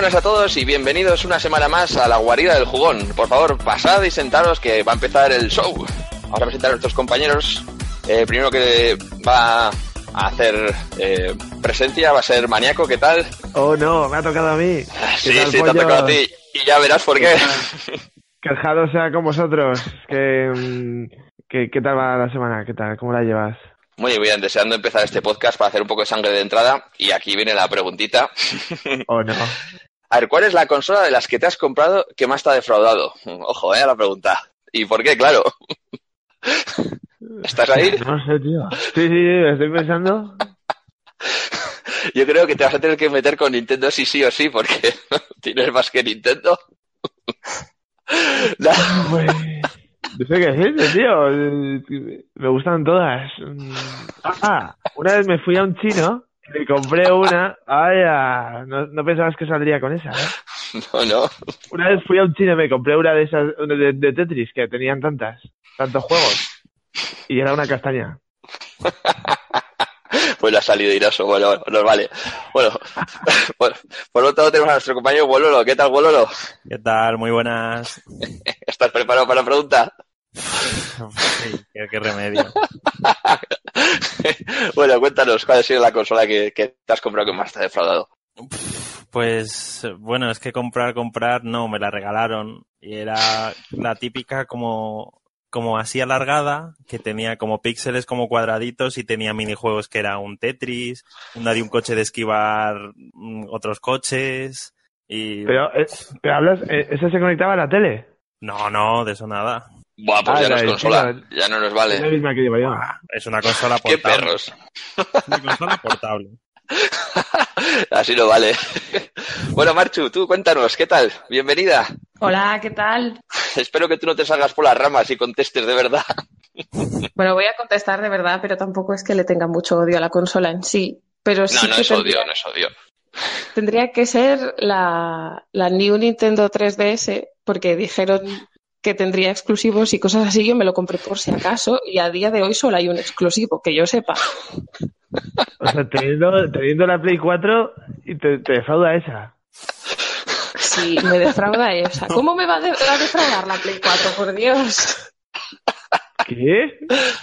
buenas a todos y bienvenidos una semana más a la guarida del jugón. Por favor, pasad y sentaros que va a empezar el show. Vamos a presentar a nuestros compañeros. Primero que va a hacer presencia va a ser Maniaco, ¿qué tal? Oh no, me ha tocado a mí. Sí, te ha tocado a ti y ya verás por qué. Que el Jado sea con vosotros. ¿Qué tal va la semana? ¿Qué tal? ¿Cómo la llevas? Muy bien, deseando empezar este podcast para hacer un poco de sangre de entrada. Y aquí viene la preguntita. Oh no. A ver, ¿cuál es la consola de las que te has comprado que más te ha defraudado? Ojo, a la pregunta. ¿Y por qué? Claro. ¿Estás ahí? No sé, tío. Sí, estoy pensando. Yo creo que te vas a tener que meter con Nintendo sí o sí, porque tienes más que Nintendo. No sé qué decirte, tío. Me gustan todas. Una vez me fui a un chino y me compré una. No pensabas que saldría con esa, ¿eh? No. Una vez fui a un chino y me compré una de esas de Tetris, que tenían tantos juegos. Y era una castaña. Pues le ha salido iroso. Bueno, nos vale. Bueno, por otro lado tenemos a nuestro compañero Wololo. ¿Qué tal, Wololo? ¿Qué tal? Muy buenas. ¿Estás preparado para la pregunta? Sí, qué remedio. Bueno, cuéntanos, ¿cuál ha sido la consola que te has comprado que más te ha defraudado? Pues, bueno, es que comprar, no, me la regalaron. Y era la típica como así alargada, que tenía como píxeles como cuadraditos y tenía minijuegos que era un Tetris, una de un coche de esquivar otros coches y... Pero hablas, ¿eso se conectaba a la tele? No, de eso nada. Buah, pues ya no es consola, ya no nos vale. Es la misma que llevo yo. Es una consola portable. ¡Qué perros! Es una consola portable. Así no vale. Bueno, Marchu, tú cuéntanos, ¿qué tal? Bienvenida. Hola, ¿qué tal? Espero que tú no te salgas por las ramas y contestes de verdad. Bueno, voy a contestar de verdad, pero tampoco es que le tenga mucho odio a la consola en sí. Pero sí no es odio. Tendría que ser la New Nintendo 3DS, porque dijeron que tendría exclusivos y cosas así. Yo me lo compré por si acaso y a día de hoy solo hay un exclusivo, que yo sepa. O sea, teniendo la Play 4 y te defrauda esa. Sí, me defrauda esa. ¿Cómo me va a defraudar la Play 4, por Dios? ¿Qué?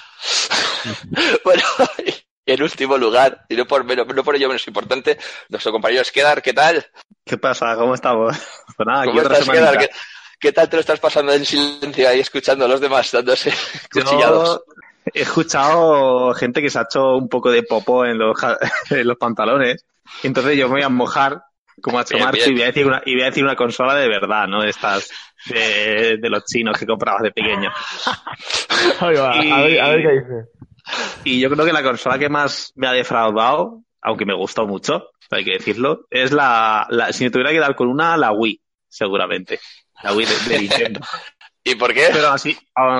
Bueno, y en último lugar, y no por ello menos importante, nuestro compañero Skedar, ¿qué tal? ¿Qué pasa? ¿Cómo estamos? Pues nada, ¿Cómo estás, Skedar? ¿Qué tal te lo estás pasando en silencio ahí escuchando a los demás dándose cuchillados? Yo he escuchado gente que se ha hecho un poco de popó en los pantalones, entonces yo me voy a mojar como ha hecho Marcho y voy a decir una consola de verdad, ¿no? De estas de los chinos que comprabas de pequeño. A ver qué dice. Y yo creo que la consola que más me ha defraudado, aunque me gustó mucho, hay que decirlo, es si me tuviera que dar con una, la Wii, seguramente. La Wii de Nintendo. ¿Y por qué? Pero así,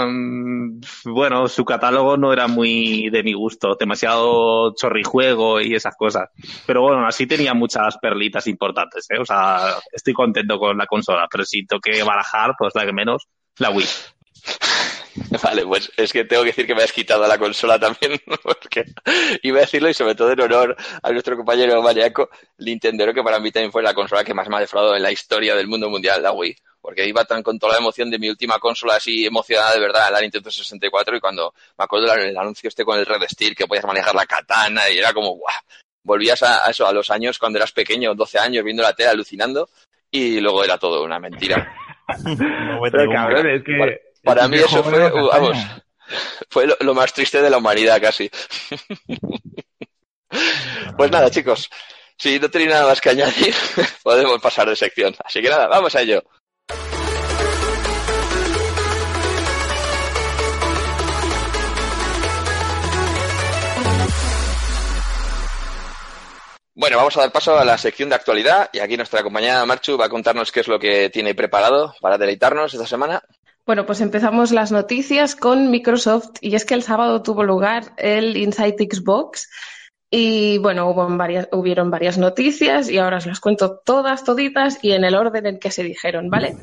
bueno, su catálogo no era muy de mi gusto, demasiado chorrijuego y esas cosas. Pero bueno, así tenía muchas perlitas importantes, ¿eh? O sea, estoy contento con la consola, pero si tengo que barajar, pues la que menos, la Wii. Vale, pues es que tengo que decir que me has quitado la consola también, porque iba a decirlo y sobre todo en honor a nuestro compañero Maniaco, Nintendo, que para mí también fue la consola que más me ha defraudado en la historia del mundo mundial, la Wii. Porque iba tan con toda la emoción de mi última consola así emocionada de verdad, la Nintendo 64, y cuando me acuerdo del anuncio con el Red Steel, que podías manejar la katana, y era como, ¡guau! Volvías a eso, a los años cuando eras pequeño, 12 años, viendo la tele, alucinando, y luego era todo una mentira. Pero cabrón, es que... Para mí eso fue lo más triste de la humanidad casi. Pues nada, chicos, si no tenéis nada más que añadir, podemos pasar de sección. Así que nada, vamos a ello. Bueno, vamos a dar paso a la sección de actualidad y aquí nuestra compañera Marchu va a contarnos qué es lo que tiene preparado para deleitarnos esta semana. Bueno, pues empezamos las noticias con Microsoft y es que el sábado tuvo lugar el Inside Xbox y bueno, hubieron varias noticias y ahora os las cuento toditas y en el orden en que se dijeron, ¿vale?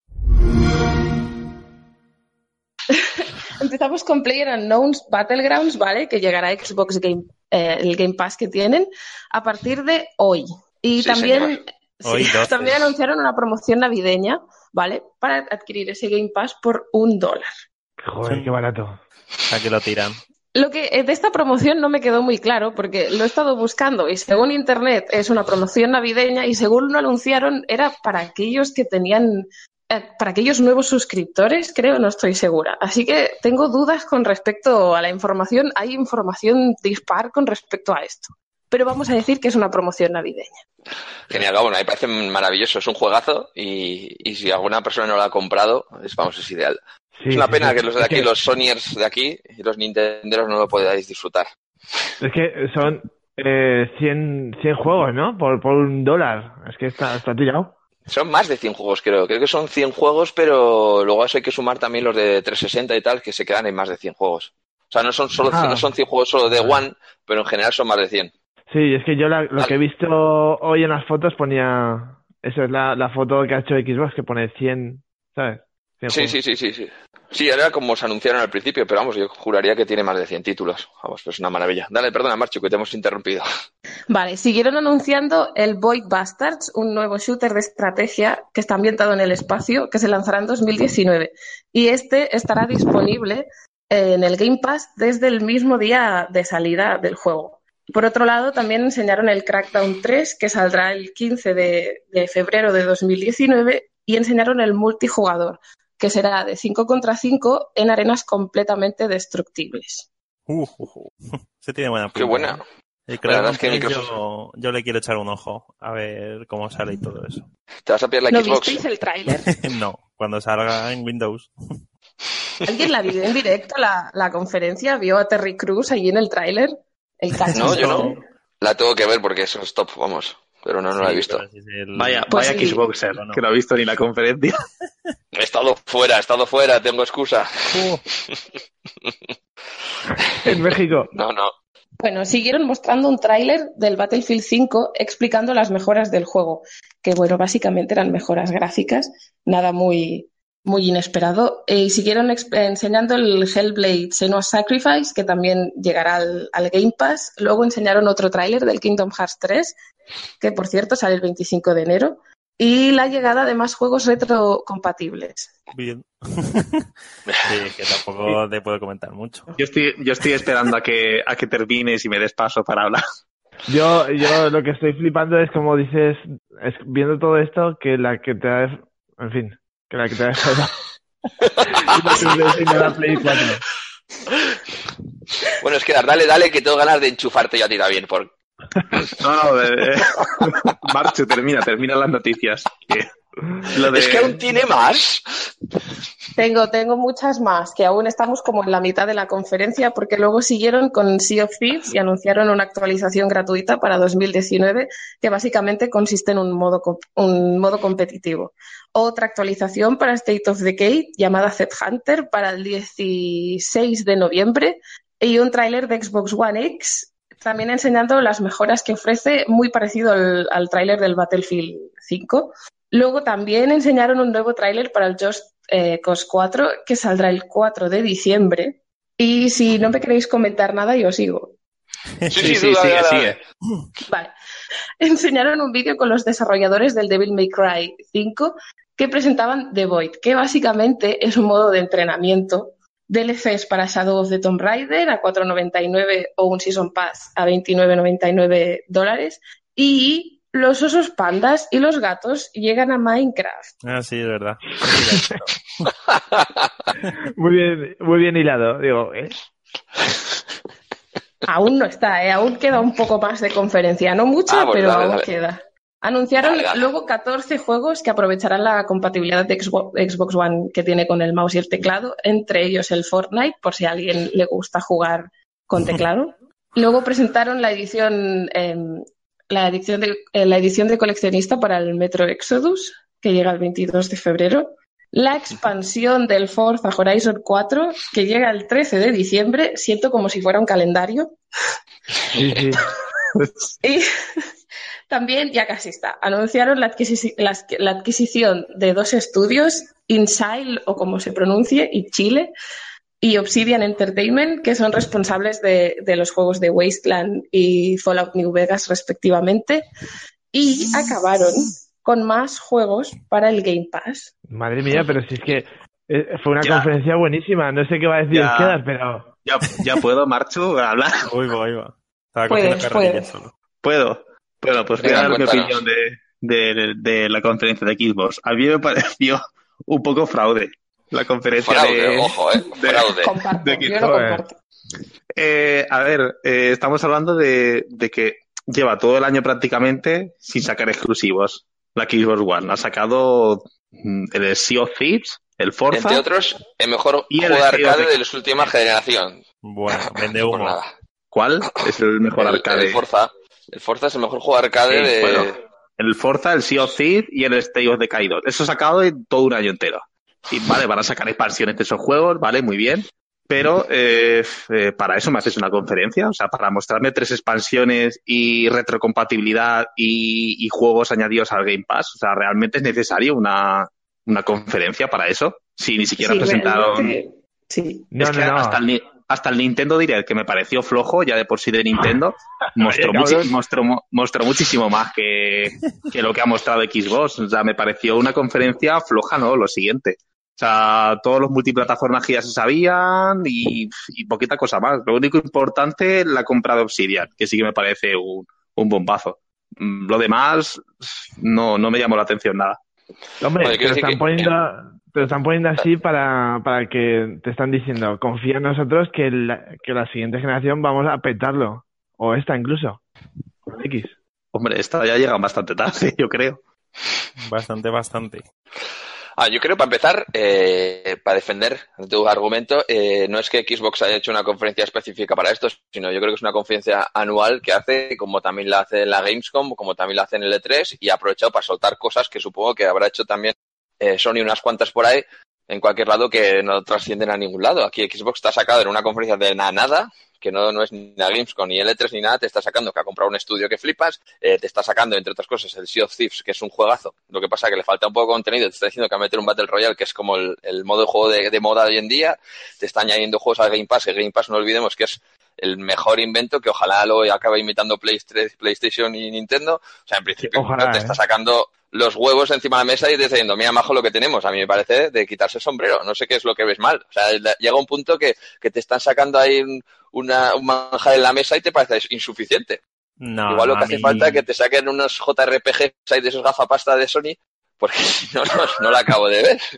Empezamos con PlayerUnknown's Battlegrounds, ¿vale? Que llegará a Xbox Game, el Game Pass que tienen a partir de hoy. Y sí, también señor. Hoy 12. También anunciaron una promoción navideña, ¿vale? Para adquirir ese Game Pass por $1. Joder, qué barato. ¿A qué lo tiran? Lo que de esta promoción no me quedó muy claro porque lo he estado buscando y según internet es una promoción navideña y según lo anunciaron era para aquellos que tenían, para aquellos nuevos suscriptores, creo, no estoy segura. Así que tengo dudas con respecto a la información. Hay información dispar con respecto a esto. Pero vamos a decir que es una promoción navideña. Genial, bueno, a mí me parece maravilloso, es un juegazo y si alguna persona no lo ha comprado, es ideal. Sí, es una pena sí. que los de aquí, los Sonyers de aquí y los Nintenderos no lo podáis disfrutar. Es que son 100 juegos, ¿no? Por $1. Es que está tirado. Son más de 100 juegos, creo que son 100 juegos, pero luego a eso hay que sumar también los de 360 y tal, que se quedan en más de 100 juegos. O sea, no son 100 juegos solo de One, pero en general son más de 100. Sí, es que yo lo que he visto hoy en las fotos ponía... Eso es la foto que ha hecho Xbox, que pone 100, ¿sabes? 100 Sí, juegos. sí. Sí, era como se anunciaron al principio, pero vamos, yo juraría que tiene más de 100 títulos. Vamos, pues es una maravilla. Dale, perdona, Marchu, que te hemos interrumpido. Vale, siguieron anunciando el Void Bastards, un nuevo shooter de estrategia que está ambientado en el espacio, que se lanzará en 2019. Y este estará disponible en el Game Pass desde el mismo día de salida del juego. Por otro lado, también enseñaron el Crackdown 3, que saldrá el 15 de febrero de 2019, y enseñaron el multijugador, que será de 5 contra 5 en arenas completamente destructibles. Se tiene buena Qué pinta. buena. El La verdad Crackdown es que 3 Microsoft... yo le quiero echar un ojo a ver cómo sale y todo eso. ¿Te vas a pillar la ¿No Xbox? visteis el tráiler? No, cuando salga en Windows. ¿Alguien la vio en directo, la conferencia? ¿Vio a Terry Crews allí en el tráiler? El No, yo no. No. La tengo que ver porque eso es top, vamos. Pero no la he visto. pero si es el- Vaya Pues sí. Xboxer, No. que no ha visto ni la conferencia. He estado fuera, tengo excusa. En México. No. Bueno, siguieron mostrando un tráiler del Battlefield 5 explicando las mejoras del juego, que bueno, básicamente eran mejoras gráficas, nada muy, muy inesperado. Y siguieron enseñando el Hellblade: Senua's Sacrifice, que también llegará al Game Pass. Luego enseñaron otro tráiler del Kingdom Hearts 3, que por cierto sale el 25 de enero. Y la llegada de más juegos retrocompatibles. Bien. Sí, que tampoco te puedo comentar mucho. Yo estoy esperando a que termines y me des paso para hablar. Yo lo que estoy flipando es como dices, viendo todo esto, que la que te ha... En fin, que la que te ha dejado... la Play 4. Bueno, es que dale, que tengo ganas de enchufarte yo a ti también. No, Marchu, termina las noticias. Es que aún tiene más. Tengo muchas más, que aún estamos como en la mitad de la conferencia, porque luego siguieron con Sea of Thieves y anunciaron una actualización gratuita para 2019, que básicamente consiste en un modo competitivo. Otra actualización para State of Decay, llamada Zed Hunter, para el 16 de noviembre, y un tráiler de Xbox One X, también enseñando las mejoras que ofrece, muy parecido al tráiler del Battlefield 5. Luego también enseñaron un nuevo tráiler para el Just Cause 4, que saldrá el 4 de diciembre. Y si no me queréis comentar nada, yo sigo. Sí, sigue. Vale. Enseñaron un vídeo con los desarrolladores del Devil May Cry 5 que presentaban The Void, que básicamente es un modo de entrenamiento, DLCs para Shadow of the Tomb Raider a $4.99 o un Season Pass a $29.99, y los osos pandas y los gatos llegan a Minecraft. Ah, sí, es verdad. Muy bien hilado, digo, ¿eh? Aún no está, aún queda un poco más de conferencia, no mucha, pero aún queda. Anunciaron luego 14 juegos que aprovecharán la compatibilidad de Xbox One que tiene con el mouse y el teclado, entre ellos el Fortnite, por si a alguien le gusta jugar con teclado. Luego presentaron la edición de coleccionista para el Metro Exodus, que llega el 22 de febrero. La expansión del Forza Horizon 4, que llega el 13 de diciembre. Siento como si fuera un calendario. Sí. Y también, ya casi está, anunciaron la adquisición de 2 estudios, Inxile, o como se pronuncie, y Chile, y Obsidian Entertainment, que son responsables de los juegos de Wasteland y Fallout New Vegas, respectivamente. Y acabaron con más juegos para el Game Pass. Madre mía, pero si es que fue una Ya. conferencia buenísima. No sé qué va a decir Ya. Esquedar, pero... Ya puedo, Marchu, hablar. Ahí va. Estaba Puedes, cogiendo carrerilla puedes. solo. ¿Puedo? Bueno, pues voy a Venga, dar mi cuéntanos. opinión de la conferencia de Xbox. A mí me pareció un poco fraude la conferencia Fraude, ojo, fraude. Comparto, de que- yo lo Joder. comparto. A ver, estamos hablando de que lleva todo el año prácticamente sin sacar exclusivos. La Xbox One ha sacado el Sea of Thieves, el Forza. Entre otros, el mejor Y el juego de estilo arcade de- de la última generación. Bueno, vende Por humo. nada. ¿Cuál es el mejor arcade? El Forza. El Forza es el mejor juego de arcade de... Bueno, el Forza, el Sea of Thieves y el State of Decay 2. Eso sacado en todo un año entero. Y vale, van a sacar expansiones de esos juegos, vale, muy bien. Pero para eso me haces una conferencia, o sea, para mostrarme 3 expansiones y retrocompatibilidad y juegos añadidos al Game Pass. O sea, ¿realmente es necesario una conferencia para eso? Si ni siquiera Sí, presentaron... realmente, sí. No, Es que no, no. hasta el Nintendo Direct, que me pareció flojo ya de por sí de Nintendo, mostró, Oye, cabrón. mostró muchísimo más que lo que ha mostrado Xbox. O sea, me pareció una conferencia floja, ¿no? Lo siguiente. O sea, todos los multiplataformas que ya se sabían y poquita cosa más. Lo único importante, la compra de Obsidian, que sí que me parece un bombazo. Lo demás, no me llamó la atención nada. Hombre, Oye, te quiero lo decir están que- poniendo así para que te están diciendo, confía en nosotros que la siguiente generación vamos a petarlo. O esta incluso. Con X. Hombre, esta ya llega bastante tarde, yo creo. Bastante. Yo creo, para empezar, para defender tu argumento, no es que Xbox haya hecho una conferencia específica para esto, sino yo creo que es una conferencia anual que hace, como también la hace en la Gamescom, como también la hace en el E3, y ha aprovechado para soltar cosas que supongo que habrá hecho también Sony unas cuantas por ahí, en cualquier lado, que no trascienden a ningún lado. Aquí Xbox está sacado en una conferencia de nada, que no es ni la Gamescom ni el E3 ni nada, te está sacando que ha comprado un estudio que flipas, te está sacando, entre otras cosas, el Sea of Thieves, que es un juegazo. Lo que pasa es que le falta un poco de contenido, te está diciendo que va a meter un Battle Royale, que es como el modo de juego de moda hoy en día, te está añadiendo juegos al Game Pass, que Game Pass no olvidemos que es el mejor invento, que ojalá lo acabe imitando PlayStation y Nintendo. O sea, en principio Ojalá, te está sacando los huevos encima de la mesa y te está diciendo, mira, majo, lo que tenemos. A mí me parece de quitarse el sombrero. No sé qué es lo que ves mal. O sea, llega un punto que te están sacando ahí un manjar en la mesa y te parece insuficiente. No, Igual lo que a hace mí- falta es que te saquen unos JRPGs ahí de esos gafapasta de Sony, porque si no, no la acabo de ver.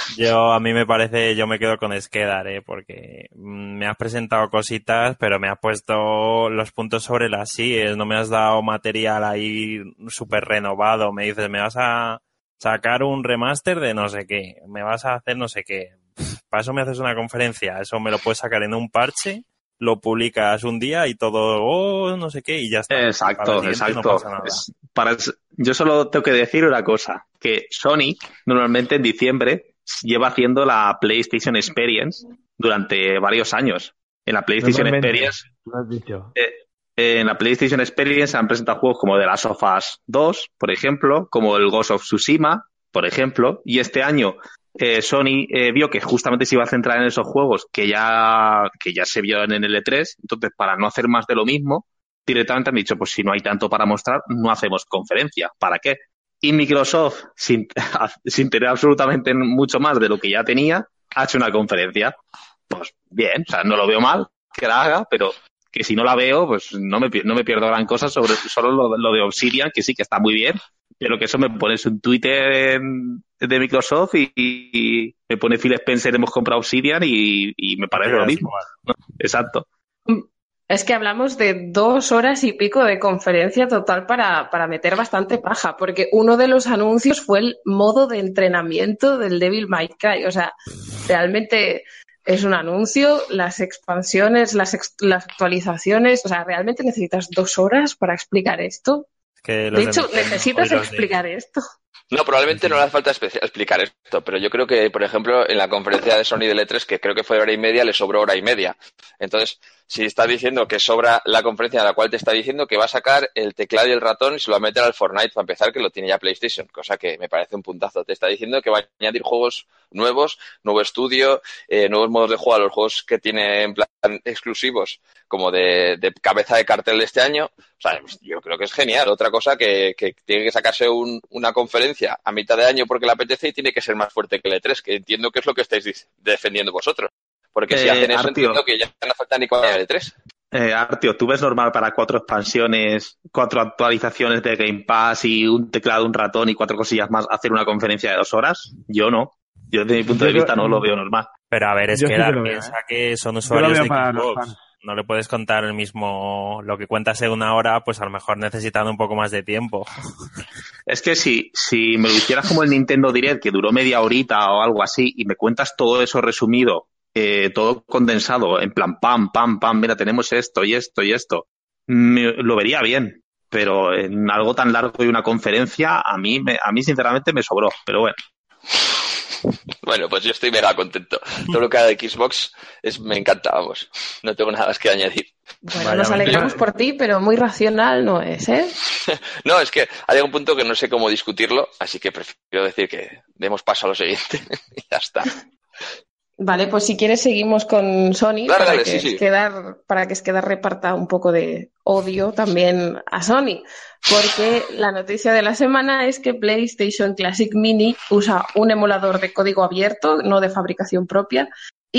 A mí me parece, yo me quedo con Esquedar, porque me has presentado cositas, pero me has puesto los puntos sobre las síes, no me has dado material ahí súper renovado, me dices, me vas a sacar un remaster de no sé qué, me vas a hacer no sé qué. Para eso me haces una conferencia, eso me lo puedes sacar en un parche, lo publicas un día y todo, no sé qué, y ya está. Para Exacto, el siguiente no exacto. pasa nada. Yo solo tengo que decir una cosa, que Sony normalmente en diciembre lleva haciendo la PlayStation Experience durante varios años. En la PlayStation Normalmente, Experience, lo has dicho. en la PlayStation Experience se han presentado juegos como The Last of Us 2, por ejemplo, como el Ghost of Tsushima, por ejemplo, y este año Sony vio que justamente se iba a centrar en esos juegos que ya se vieron en el E3, entonces para no hacer más de lo mismo, directamente han dicho, pues si no hay tanto para mostrar, no hacemos conferencia. ¿Para qué? Y Microsoft, sin tener absolutamente mucho más de lo que ya tenía, ha hecho una conferencia. Pues bien, o sea, no lo veo mal que la haga, pero que si no la veo, pues no me pierdo gran cosa sobre solo lo de Obsidian, que sí que está muy bien, pero que eso me pones un Twitter de Microsoft y me pone Phil Spencer, hemos comprado Obsidian y me parece lo mismo. Exacto. Es que hablamos de 2 horas y pico de conferencia total para meter bastante paja, porque uno de los anuncios fue el modo de entrenamiento del Devil May Cry. O sea, realmente es un anuncio, las expansiones, las actualizaciones. O sea, ¿realmente necesitas 2 horas para explicar esto? Que De hecho, necesitas explicar esto. No, probablemente no le hace falta explicar esto, pero yo creo que, por ejemplo, en la conferencia de Sony del E3, que creo que fue de hora y media, le sobró hora y media. Entonces, si está diciendo que sobra la conferencia en la cual te está diciendo que va a sacar el teclado y el ratón y se lo va a meter al Fortnite para empezar, que lo tiene ya PlayStation, cosa que me parece un puntazo. Te está diciendo que va a añadir juegos nuevos, nuevo estudio, nuevos modos de juego a los juegos que tiene en plan exclusivos como de cabeza de cartel de este año. O sea, yo creo que es genial. Otra cosa que tiene que sacarse una conferencia a mitad de año porque le apetece y tiene que ser más fuerte que el E3, que entiendo que es lo que estáis defendiendo vosotros. Porque si hacen eso, Artio, entiendo que ya no falta ni con el E3. Artio, ¿tú ves normal para 4 expansiones, 4 actualizaciones de Game Pass y un teclado, un ratón y 4 cosillas más hacer una conferencia de 2 horas? Yo no. Yo desde mi punto de vista no lo veo normal. Pero a ver, es Yo que sí que Dar lo veo, piensa que son Yo lo usuarios veo de para los Xbox. fans. No le puedes contar el mismo, lo que cuentas en una hora, pues a lo mejor necesitando un poco más de tiempo. Es que si me lo hicieras como el Nintendo Direct, que duró media horita o algo así, y me cuentas todo eso resumido, todo condensado, en plan, pam, mira, tenemos esto y esto y esto, lo vería bien. Pero en algo tan largo y una conferencia, a mí sinceramente me sobró. Pero bueno. Bueno, pues yo estoy mega contento. Todo lo que haga de Xbox me encanta, vamos. No tengo nada más que añadir. Bueno, Vaya, nos alegramos por ti, pero muy racional no es, ¿eh? No, es que hay un punto que no sé cómo discutirlo, así que prefiero decir que demos paso a lo siguiente y ya está. Vale, pues si quieres seguimos con Sony Dale, sí. para que Esquedar reparta un poco de odio también a Sony, porque la noticia de la semana es que PlayStation Classic Mini usa un emulador de código abierto, no de fabricación propia,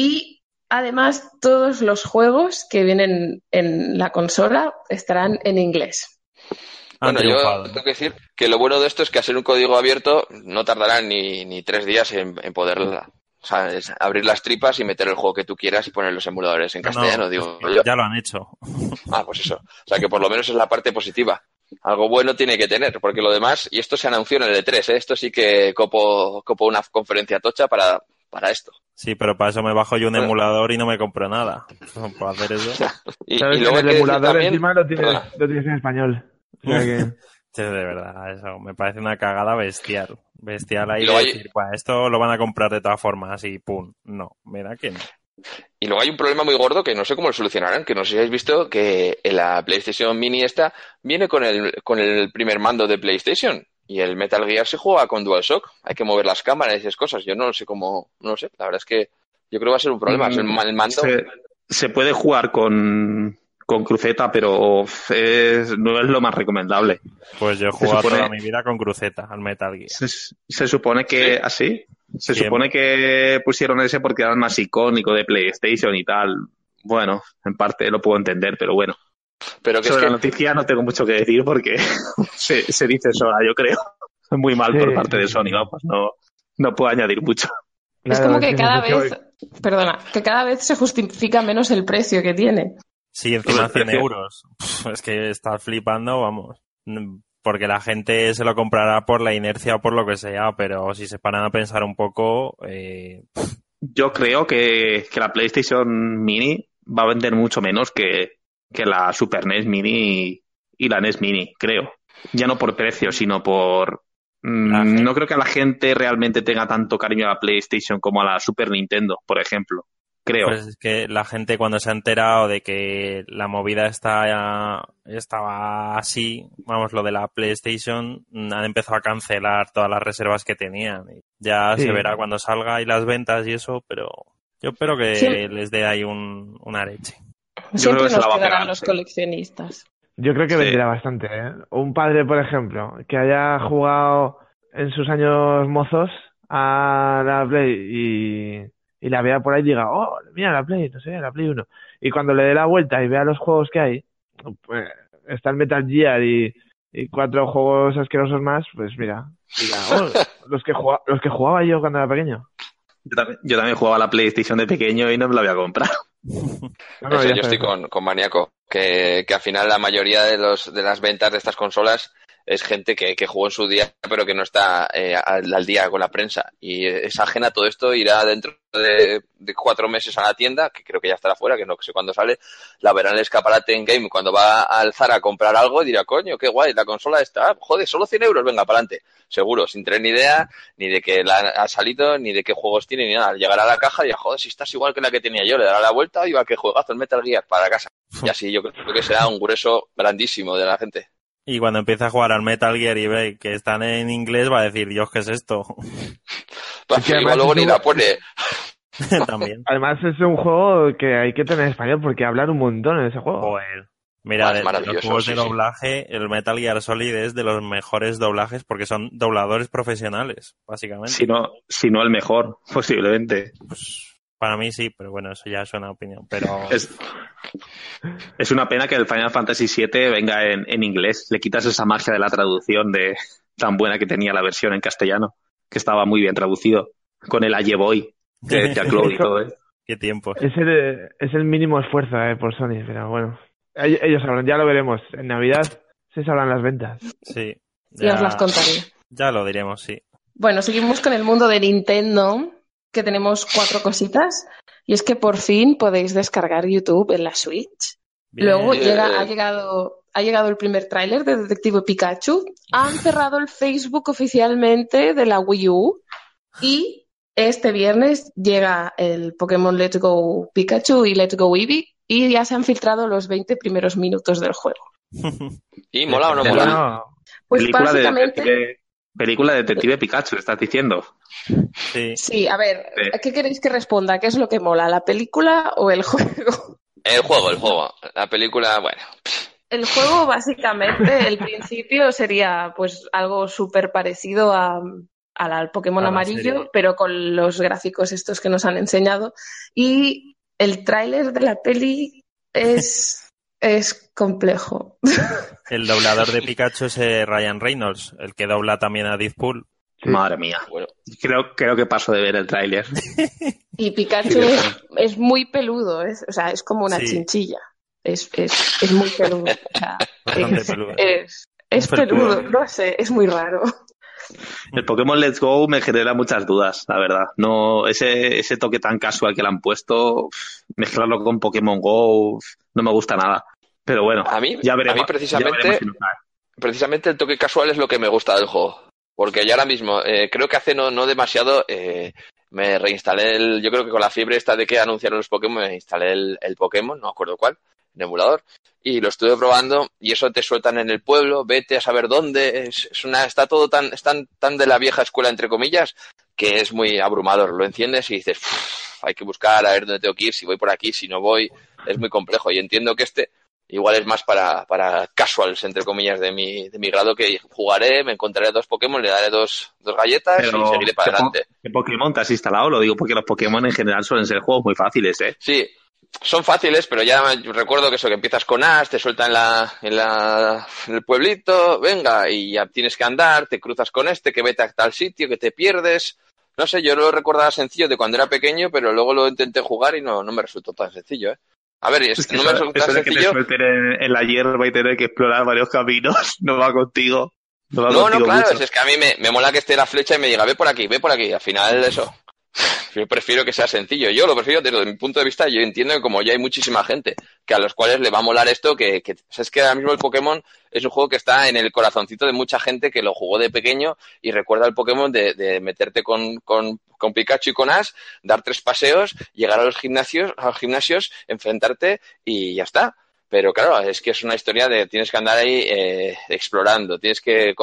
y además todos los juegos que vienen en la consola estarán en inglés. Bueno, yo tengo que decir que lo bueno de esto es que al ser un código abierto no tardará ni 3 días en poderla. O sea, es abrir las tripas y meter el juego que tú quieras y poner los emuladores en castellano, digo yo. Ya lo han hecho. Ah, pues eso. O sea, que por lo menos es la parte positiva. Algo bueno tiene que tener, porque lo demás, y esto se anunció en el E3, esto sí que copo una conferencia tocha para esto. Sí, pero para eso me bajo yo un emulador y no me compro nada. Puedo hacer eso. y luego el emulador también, encima lo tienes en español. O sea que... Sí, de verdad, eso me parece una cagada bestial. Bestial ahí Y de luego decir, pues esto lo van a comprar de todas formas y pum. No, mira que no. Y luego hay un problema muy gordo que no sé cómo lo solucionarán, que no sé si habéis visto que en la PlayStation Mini esta viene con el primer mando de PlayStation y el Metal Gear se juega con DualShock. Hay que mover las cámaras y esas cosas. Yo no sé cómo, no sé, la verdad es que yo creo que va a ser un problema. El mando... Se puede jugar con cruceta, pero no es lo más recomendable. Pues yo he jugado toda mi vida con cruceta al Metal Gear. Se supone que así. Se supone que pusieron ese porque era el más icónico de PlayStation y tal. Bueno, en parte lo puedo entender, pero bueno. Pero que sobre la noticia no tengo mucho que decir porque se dice sola, yo creo. Muy mal por parte de Sony, vamos, no puedo añadir mucho. Claro, es como que cada vez se justifica menos el precio que tiene. Sí, encima 100 euros. Es que estás flipando, vamos. Porque la gente se lo comprará por la inercia o por lo que sea, pero si se paran a pensar un poco... Yo creo que la PlayStation Mini va a vender mucho menos que la Super NES Mini y la NES Mini, creo. Ya no por precio, sino por... no creo que la gente realmente tenga tanto cariño a la PlayStation como a la Super Nintendo, por ejemplo. Creo. Pues es que la gente cuando se ha enterado de que la movida estaba así, vamos, lo de la PlayStation, han empezado a cancelar todas las reservas que tenían. Ya se verá cuando salga y las ventas y eso, pero yo espero que les dé ahí una leche. Siempre nos quedarán los coleccionistas. Yo creo que venderá bastante, ¿eh? Un padre, por ejemplo, que haya jugado en sus años mozos a la Play y la vea por ahí y diga, oh, mira la Play, no sé, la Play 1. Y cuando le dé la vuelta y vea los juegos que hay, pues está el Metal Gear y 4 juegos asquerosos más, pues mira, oh, los que jugaba yo cuando era pequeño. Yo también jugaba a la PlayStation de pequeño y no me la voy a comprar. Eso, yo estoy con Maníaco, que al final la mayoría de las ventas de estas consolas es gente que jugó en su día pero que no está al día con la prensa y es ajena a todo esto. Irá dentro de 4 meses a la tienda, que creo que ya estará fuera, que no sé cuándo sale, la verá en el escaparate en Game cuando va al Zara a comprar algo y dirá, coño, qué guay, la consola está, joder, solo 100 euros, venga, para adelante, seguro, sin tener ni idea ni de que la ha salido, ni de qué juegos tiene, ni nada. Llegará a la caja y dirá, joder, si estás igual que la que tenía yo, le dará la vuelta y va, qué juegazo, el Metal Gear, para casa. Y así yo creo que será un grueso grandísimo de la gente. Y cuando empieza a jugar al Metal Gear y ve que están en inglés, va a decir, Dios, ¿qué es esto? Igual luego ni la pone. También. Además es un juego que hay que tener español porque hablan un montón en ese juego. Joder. Mira, de los Maravilloso, juegos de sí, sí. doblaje, el Metal Gear Solid es de los mejores doblajes porque son dobladores profesionales, básicamente. Si no el mejor, posiblemente. Pues para mí sí, pero bueno, eso ya es una opinión. Pero Es una pena que el Final Fantasy VII venga en inglés. Le quitas esa magia de la traducción de tan buena que tenía la versión en castellano, que estaba muy bien traducido, con el Aye Boy de Claude y todo, ¿eh? qué tiempo. Es el mínimo esfuerzo por Sony, pero bueno. Ellos sabrán, ya lo veremos. En Navidad se sabrán las ventas. Sí. Ya os las contaré. Ya lo diremos, sí. Bueno, seguimos con el mundo de Nintendo, que tenemos 4 cositas. Y es que por fin podéis descargar YouTube en la Switch. Bien. Luego ha llegado el primer tráiler de Detective Pikachu. Han cerrado el Facebook oficialmente de la Wii U. Y este viernes llega el Pokémon Let's Go Pikachu y Let's Go Eevee. Y ya se han filtrado los 20 primeros minutos del juego. ¿Y mola o no mola? Bueno, Pues Película básicamente... película de Detective Pikachu, estás diciendo. Sí. Sí, a ver, ¿a qué queréis que responda? ¿Qué es lo que mola, la película o el juego? El juego. La película, bueno. El juego, básicamente, el principio sería pues algo súper parecido al Pokémon A la amarillo, serie. pero con los gráficos estos que nos han enseñado. Y el tráiler de la peli es complejo. El doblador de Pikachu es Ryan Reynolds, el que dobla también a Deadpool. Sí. Madre mía. Bueno, Creo que paso de ver el tráiler. Y Pikachu es muy peludo, o sea, es como una Sí. chinchilla. Es muy peludo. O sea, Bastante peludo. es Un felpudo. peludo, no sé, es muy raro. El Pokémon Let's Go me genera muchas dudas, la verdad. No, ese toque tan casual que le han puesto, mezclarlo con Pokémon Go, no me gusta nada. Pero bueno, a mí ya veremos. precisamente, Ya veremos si nos cae. precisamente el toque casual es lo que me gusta del juego. Porque yo ahora mismo, creo que hace no demasiado, me reinstalé yo creo que con la fiebre esta de que anunciaron los Pokémon, me instalé el Pokémon, no me acuerdo cuál, en emulador, y lo estuve probando, y eso te sueltan en el pueblo, vete a saber dónde, está todo tan de la vieja escuela, entre comillas, que es muy abrumador. Lo enciendes y dices, hay que buscar a ver dónde tengo que ir, si voy por aquí, si no voy, es muy complejo, y entiendo que igual es más para casuals, entre comillas, de mi grado, que jugaré, me encontraré 2 Pokémon, le daré dos galletas y seguiré para adelante. ¿Qué Pokémon te has instalado? Lo digo porque los Pokémon en general suelen ser juegos muy fáciles, ¿eh? Sí, son fáciles, pero ya recuerdo que que empiezas con Ash, te sueltan en el pueblito, venga, y ya tienes que andar, te cruzas con que vete a tal sitio, que te pierdes. No sé, yo lo recordaba sencillo de cuando era pequeño, pero luego lo intenté jugar y no me resultó tan sencillo, ¿eh? A ver, Es que no me resulta eso tan de que te sencillo. suelten en la hierba y tener que explorar varios caminos, no va contigo. No, No, contigo claro, mucho. es que a mí me mola que esté la flecha y me diga, ve por aquí. Al final, eso. Yo prefiero que sea sencillo. Yo lo prefiero desde mi punto de vista. Yo entiendo que como ya hay muchísima gente que a los cuales le va a molar esto, es que ahora mismo el Pokémon es un juego que está en el corazoncito de mucha gente que lo jugó de pequeño y recuerda el Pokémon de meterte con Pikachu y con Ash, dar 3 paseos, llegar a los gimnasios, enfrentarte y ya está. Pero claro, es que es una historia tienes que andar ahí explorando, tienes que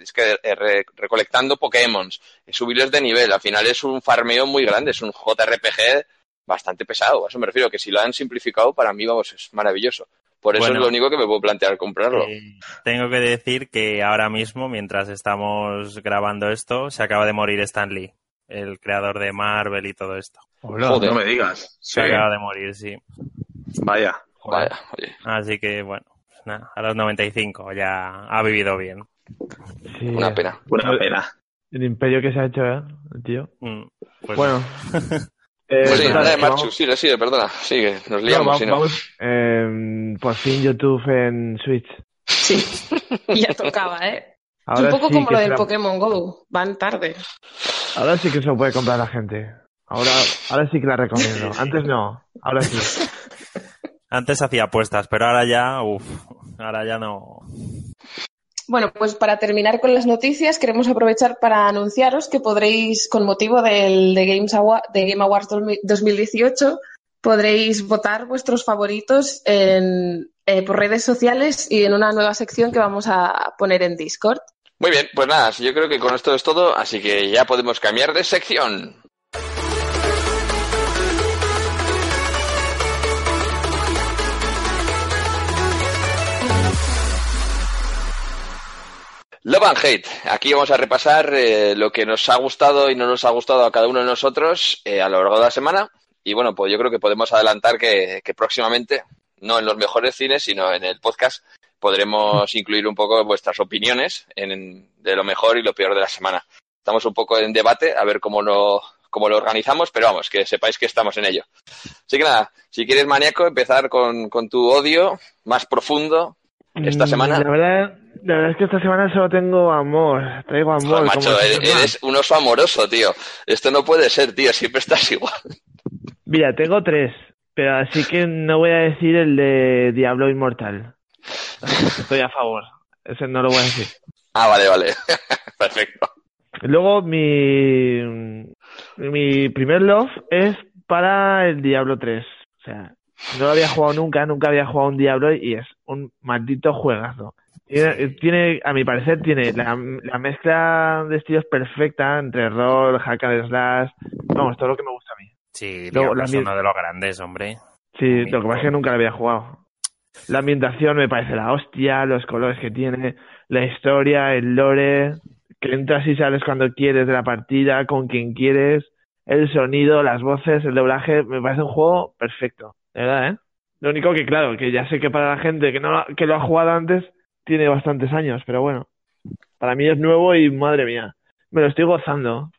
recolectando Pokémon, subirles de nivel. Al final es un farmeo muy grande, es un JRPG bastante pesado. A eso me refiero, que si lo han simplificado, para mí, vamos, es maravilloso. Por eso Bueno, es lo único que me puedo plantear comprarlo. Tengo que decir que ahora mismo, mientras estamos grabando esto, se acaba de morir Stan Lee, el creador de Marvel y todo esto. hola. Joder. No me digas. Se acaba de morir, sí. Vaya. Vaya, oye. Así que, bueno, pues nada, a los 95 ya ha vivido bien. Sí, Una pena. Una pena. El imperio que se ha hecho, el tío. Pues Bueno. Pues sí, total, nada de que Marchu, vamos- sigue, perdona. Sigue, nos liamos, no, si no. vamos, por fin YouTube en Switch. Sí, ya tocaba, ¿eh? Es Ahora un poco sí como que lo se del la- Pokémon GO, van tarde. Ahora sí que se lo puede comprar la gente. Ahora sí que la recomiendo. Antes no, ahora sí. antes hacía apuestas, pero ahora ya no. Bueno, pues para terminar con las noticias, queremos aprovechar para anunciaros que podréis, con motivo del de Game Awards 2018, podréis votar vuestros favoritos por redes sociales y en una nueva sección que vamos a poner en Discord. Muy bien, pues nada, yo creo que con esto es todo, así que ya podemos cambiar de sección. Love and Hate. Aquí vamos a repasar lo que nos ha gustado y no nos ha gustado a cada uno de nosotros a lo largo de la semana. Y bueno, pues yo creo que podemos adelantar que próximamente, no en los mejores cines, sino en el podcast, podremos incluir un poco vuestras opiniones de lo mejor y lo peor de la semana. Estamos un poco en debate, a ver cómo lo organizamos, pero vamos, que sepáis que estamos en ello. Así que nada, si quieres, Maníaco, empezar con tu odio más profundo esta semana. La verdad es que esta semana solo tengo amor. Traigo amor. Joder, macho, eres un oso amoroso, tío. Esto no puede ser, tío. Siempre estás igual. Mira, tengo 3, pero así que no voy a decir el de Diablo Inmortal. Estoy a favor. Ese no lo voy a decir. Ah, vale. Perfecto. Luego mi primer love es para el Diablo 3. O sea, no lo había jugado nunca había jugado un Diablo y es un maldito juegazo. Tiene, a mi parecer, tiene la mezcla de estilos perfecta entre rol, hack and slash, vamos, todo lo que me gusta a mí. Sí, Diablo es uno de los grandes, hombre. Sí, lo que pasa es que nunca lo había jugado. La ambientación me parece la hostia, los colores que tiene, la historia, el lore, que entras y sales cuando quieres de la partida, con quien quieres, el sonido, las voces, el doblaje, me parece un juego perfecto, de verdad, ¿eh? Lo único que, claro, que ya sé que para la gente que lo ha jugado antes, tiene bastantes años, pero bueno, para mí es nuevo y madre mía, me lo estoy gozando.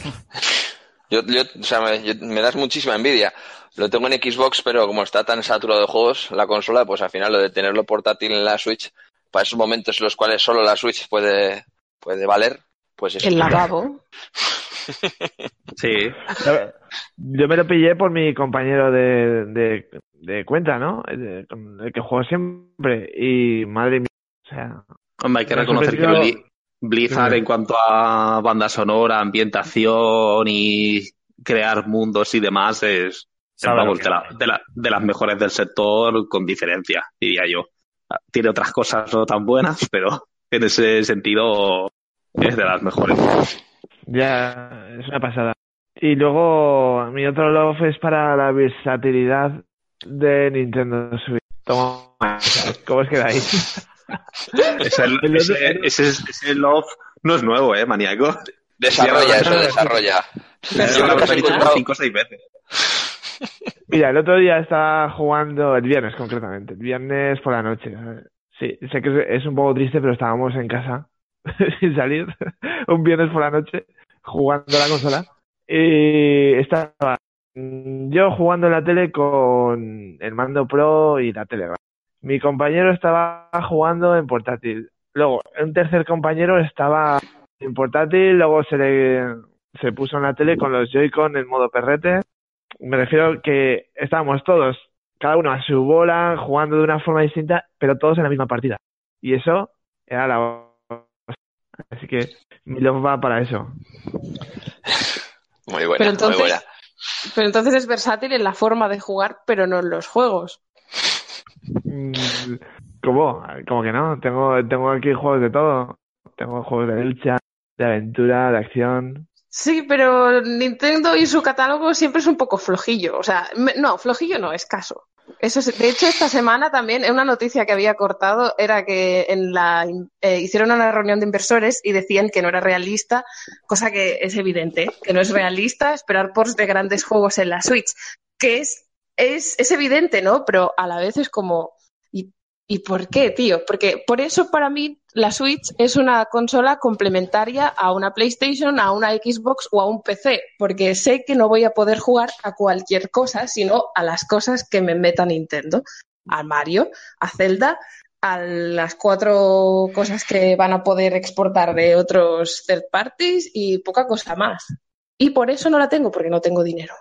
O sea, me das muchísima envidia. Lo tengo en Xbox, pero como está tan saturado de juegos la consola, pues al final lo de tenerlo portátil en la Switch, para esos momentos en los cuales solo la Switch puede valer, pues eso. El lavabo. Sí. Yo me lo pillé por mi compañero de cuenta, ¿no? Con el que juego siempre. Y madre mía, o sea... Hombre, hay que reconocer que Blizzard en cuanto a banda sonora, ambientación y crear mundos y demás es vamos, de las mejores del sector con diferencia, diría yo. Tiene otras cosas no tan buenas, pero en ese sentido es de las mejores. Ya, es una pasada. Y luego mi otro love es para la versatilidad de Nintendo Switch. Toma, ¿cómo os quedáis? Ese love no es nuevo, Maníaco. Desarrolla. Yo lo he dicho 5 o 6 veces. Mira, el otro día estaba jugando, el viernes concretamente, el viernes por la noche. Sí, sé que es un poco triste, pero estábamos en casa sin salir, un viernes por la noche, jugando a la consola. Y estaba yo jugando en la tele con el mando Pro y la tele. Mi compañero estaba jugando en portátil. Luego, un tercer compañero estaba en portátil, luego se puso en la tele con los Joy-Con en modo perrete. Me refiero que estábamos todos, cada uno a su bola, jugando de una forma distinta, pero todos en la misma partida. Y eso era la... Así que mi love va para eso. Muy buena, muy buena. Pero entonces es versátil en la forma de jugar, pero no en los juegos. ¿Cómo? ¿Cómo que no? Tengo aquí juegos de todo. Tengo juegos de lucha, de aventura, de acción... Sí, pero Nintendo y su catálogo siempre es un poco flojillo. O sea, no, flojillo no, escaso. Eso es, de hecho, esta semana también, una noticia que había cortado era que hicieron una reunión de inversores y decían que no era realista, cosa que es evidente, que no es realista esperar ports de grandes juegos en la Switch, que es evidente, ¿no? Pero a la vez es como... ¿Y por qué, tío? Porque por eso para mí la Switch es una consola complementaria a una PlayStation, a una Xbox o a un PC, porque sé que no voy a poder jugar a cualquier cosa, sino a las cosas que me meta Nintendo. A Mario, a Zelda, a las 4 cosas que van a poder exportar de otros third parties y poca cosa más. Y por eso no la tengo, porque no tengo dinero.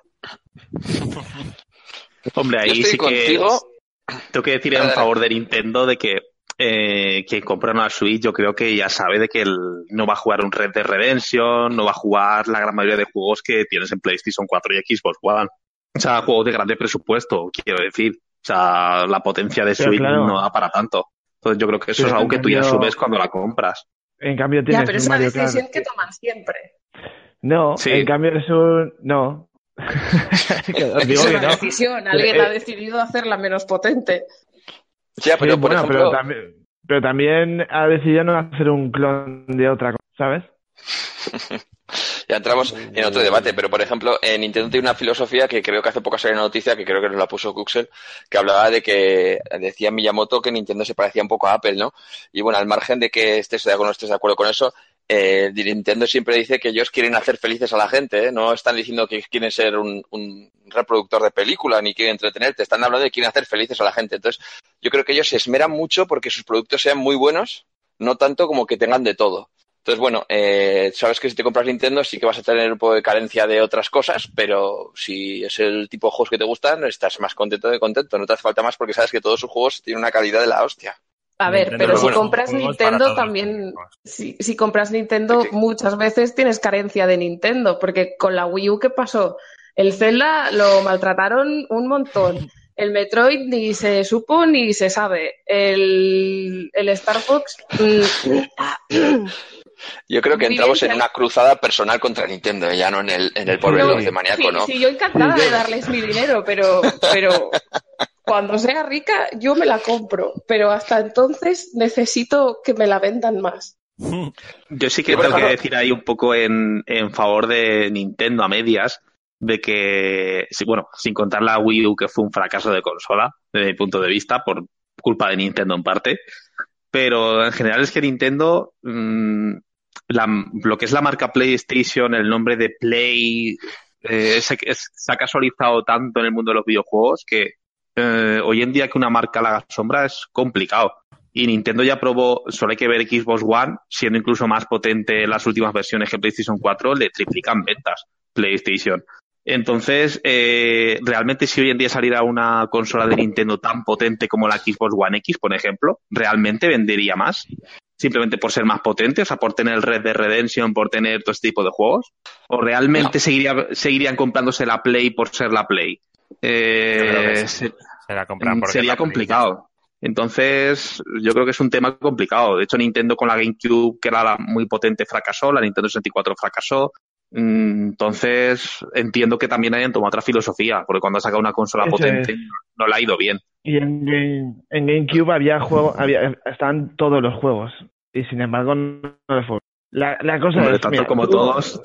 Hombre, ahí sí contigo. Tengo que decir en favor de Nintendo de que quien compra una Switch yo creo que ya sabe de que no va a jugar un Red Dead Redemption, no va a jugar la gran mayoría de juegos que tienes en PlayStation 4 y Xbox One. O sea, juegos de grande presupuesto, quiero decir. O sea, la potencia de Switch no da para tanto. Entonces yo creo que eso es algo que tú ya asumes cuando la compras. En cambio tienes pero es una decisión que toman siempre. No, sí. En cambio es un... No. Es una decisión, alguien ha decidido hacerla menos potente. Ya, pero por ejemplo... Pero Pero también ha decidido no hacer un clon de otra cosa, ¿sabes? Ya entramos en otro debate, pero por ejemplo, Nintendo tiene una filosofía que creo que hace poco salió una noticia, que creo que nos la puso Kuxel, que hablaba de que decía Miyamoto que Nintendo se parecía un poco a Apple, ¿no? Y bueno, al margen de que estés de acuerdo o no estés de acuerdo con eso, Nintendo siempre dice que ellos quieren hacer felices a la gente, ¿eh? No están diciendo que quieren ser un reproductor de película ni quieren entretenerte, están hablando de que quieren hacer felices a la gente. Entonces, yo creo que ellos se esmeran mucho porque sus productos sean muy buenos, no tanto como que tengan de todo. Entonces, bueno, sabes que si te compras Nintendo sí que vas a tener un poco de carencia de otras cosas, pero si es el tipo de juegos que te gustan, estás más contento de contento. No te hace falta más porque sabes que todos sus juegos tienen una calidad de la hostia. A ver, Nintendo, pero si bueno, compras juegos para Nintendo todos los también, públicos. si compras Nintendo Sí. muchas veces tienes carencia de Nintendo, porque con la Wii U, ¿qué pasó? El Zelda lo maltrataron un montón. El Metroid ni se supo ni se sabe. El Star Fox... Yo creo que Muy entramos bien, en una cruzada personal contra Nintendo, ya no en el pobre No, Lord de maníaco, ¿no? sí, yo encantada de darles mi dinero, pero cuando sea rica yo me la compro. Pero hasta entonces necesito que me la vendan más. Yo sí que Sí, por tengo que ejemplo. decir ahí un poco en favor de Nintendo a medias, de que, sí, bueno, sin contar la Wii U, que fue un fracaso de consola, desde mi punto de vista, por culpa de Nintendo en parte, pero en general es que Nintendo, lo que es la marca PlayStation, el nombre de Play, se ha casualizado tanto en el mundo de los videojuegos que hoy en día que una marca la haga sombra es complicado. Y Nintendo ya probó, solo hay que ver Xbox One, siendo incluso más potente en las últimas versiones que PlayStation 4, le triplican ventas PlayStation. Entonces, realmente si hoy en día saliera una consola de Nintendo tan potente como la Xbox One X, por ejemplo, ¿realmente vendería más? Simplemente por ser más potente, o sea, por tener el Red Dead Redemption, por tener todo este tipo de juegos. ¿O realmente seguirían comprándose la Play por ser la Play? Yo creo que sí. Se la compran porque Sería es la Play. complicado. Entonces, yo creo que es un tema complicado. De hecho, Nintendo con la GameCube, que era muy potente, fracasó. La Nintendo 64 fracasó. Entonces, entiendo que también hayan tomado otra filosofía, porque cuando ha sacado una consola Eso potente es. no le ha ido bien. Y en GameCube había estaban todos los juegos. Y sin embargo, no lo fue. La cosa Hombre, es, tanto mira, como todos,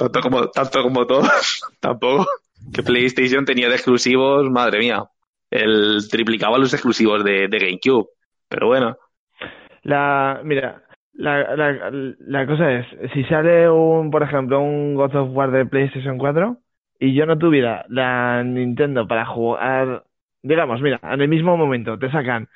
tampoco. Que PlayStation tenía de exclusivos, madre mía. Triplicaba los exclusivos de GameCube. Pero bueno. Mira, la cosa es, si sale por ejemplo, un God of War de PlayStation 4 y yo no tuviera la Nintendo para jugar, digamos, mira, en el mismo momento te sacan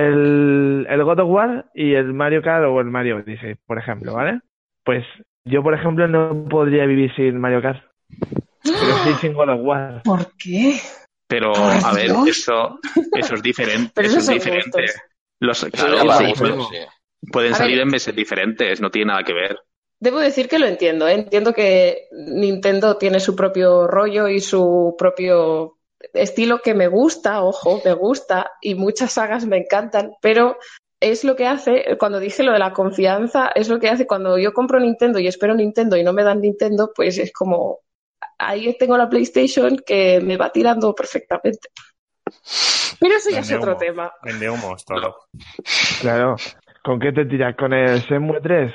el God of War y el Mario Kart o el Mario Odyssey, por ejemplo, ¿vale? Pues yo, por ejemplo, no podría vivir sin Mario Kart, pero sí sin God of War. ¿Por qué? Pero, Por a ver, Dios. eso es diferente. Pero Eso esos es son diferente. gustos. Claro, Ya para sí, gustos, sí. pueden A salir ver, en meses diferentes, no tiene nada que ver. debo decir que lo entiendo, ¿eh? Entiendo que Nintendo tiene su propio rollo y su propio estilo que me gusta, ojo, me gusta, y muchas sagas me encantan, pero es lo que hace, cuando dije lo de la confianza, es lo que hace cuando yo compro Nintendo y espero Nintendo y no me dan Nintendo, pues es como, ahí tengo la PlayStation que me va tirando perfectamente. Pero eso ya es Vende otro humos. tema. Vende humos todo. Claro, ¿con qué te tiras? ¿Con el Shenmue 3?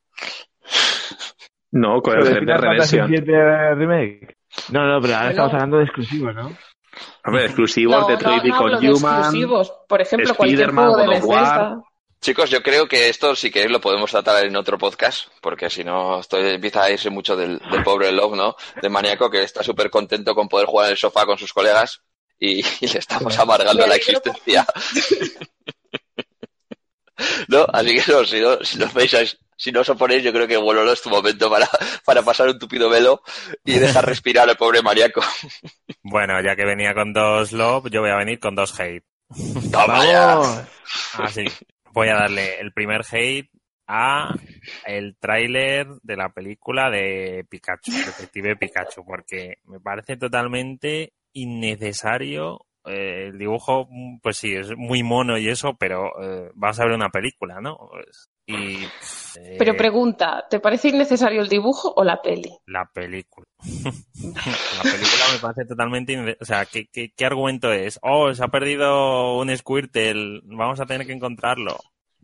No, con el ¿Con el Red Dead Final Fantasy Redemption. 7 Remake? No, pero ahora Bueno. estamos hablando de exclusivos, ¿no? Hombre, exclusivos, No, Detroit no hablo de Become Human, exclusivos. Por ejemplo, cualquier Spider-Man, juego de God of War. Bethesda. Chicos, yo creo que esto, si queréis, lo podemos tratar en otro podcast, porque si no, empieza a irse mucho del pobre Love, ¿no? De maníaco, que está súper contento con poder jugar en el sofá con sus colegas y le estamos amargando Me la alegro existencia. ¿No? Así que no, si no veis, si no os oponéis, yo creo que Wololo es tu momento para pasar un tupido velo y dejar respirar al pobre maníaco. Bueno, ya que venía con 2 love, yo voy a venir con 2 hate. ¡Toma ya! ¡Vamos! Así. Voy a darle el primer hate a el tráiler de la película de Pikachu, Detective Pikachu, porque me parece totalmente innecesario. El dibujo, pues sí, es muy mono y eso, pero vas a ver una película, ¿no? Pero pregunta, ¿te parece innecesario el dibujo o la peli? La película. La película me parece totalmente innecesaria. O sea, ¿qué argumento es? Oh, se ha perdido un Squirtle, vamos a tener que encontrarlo.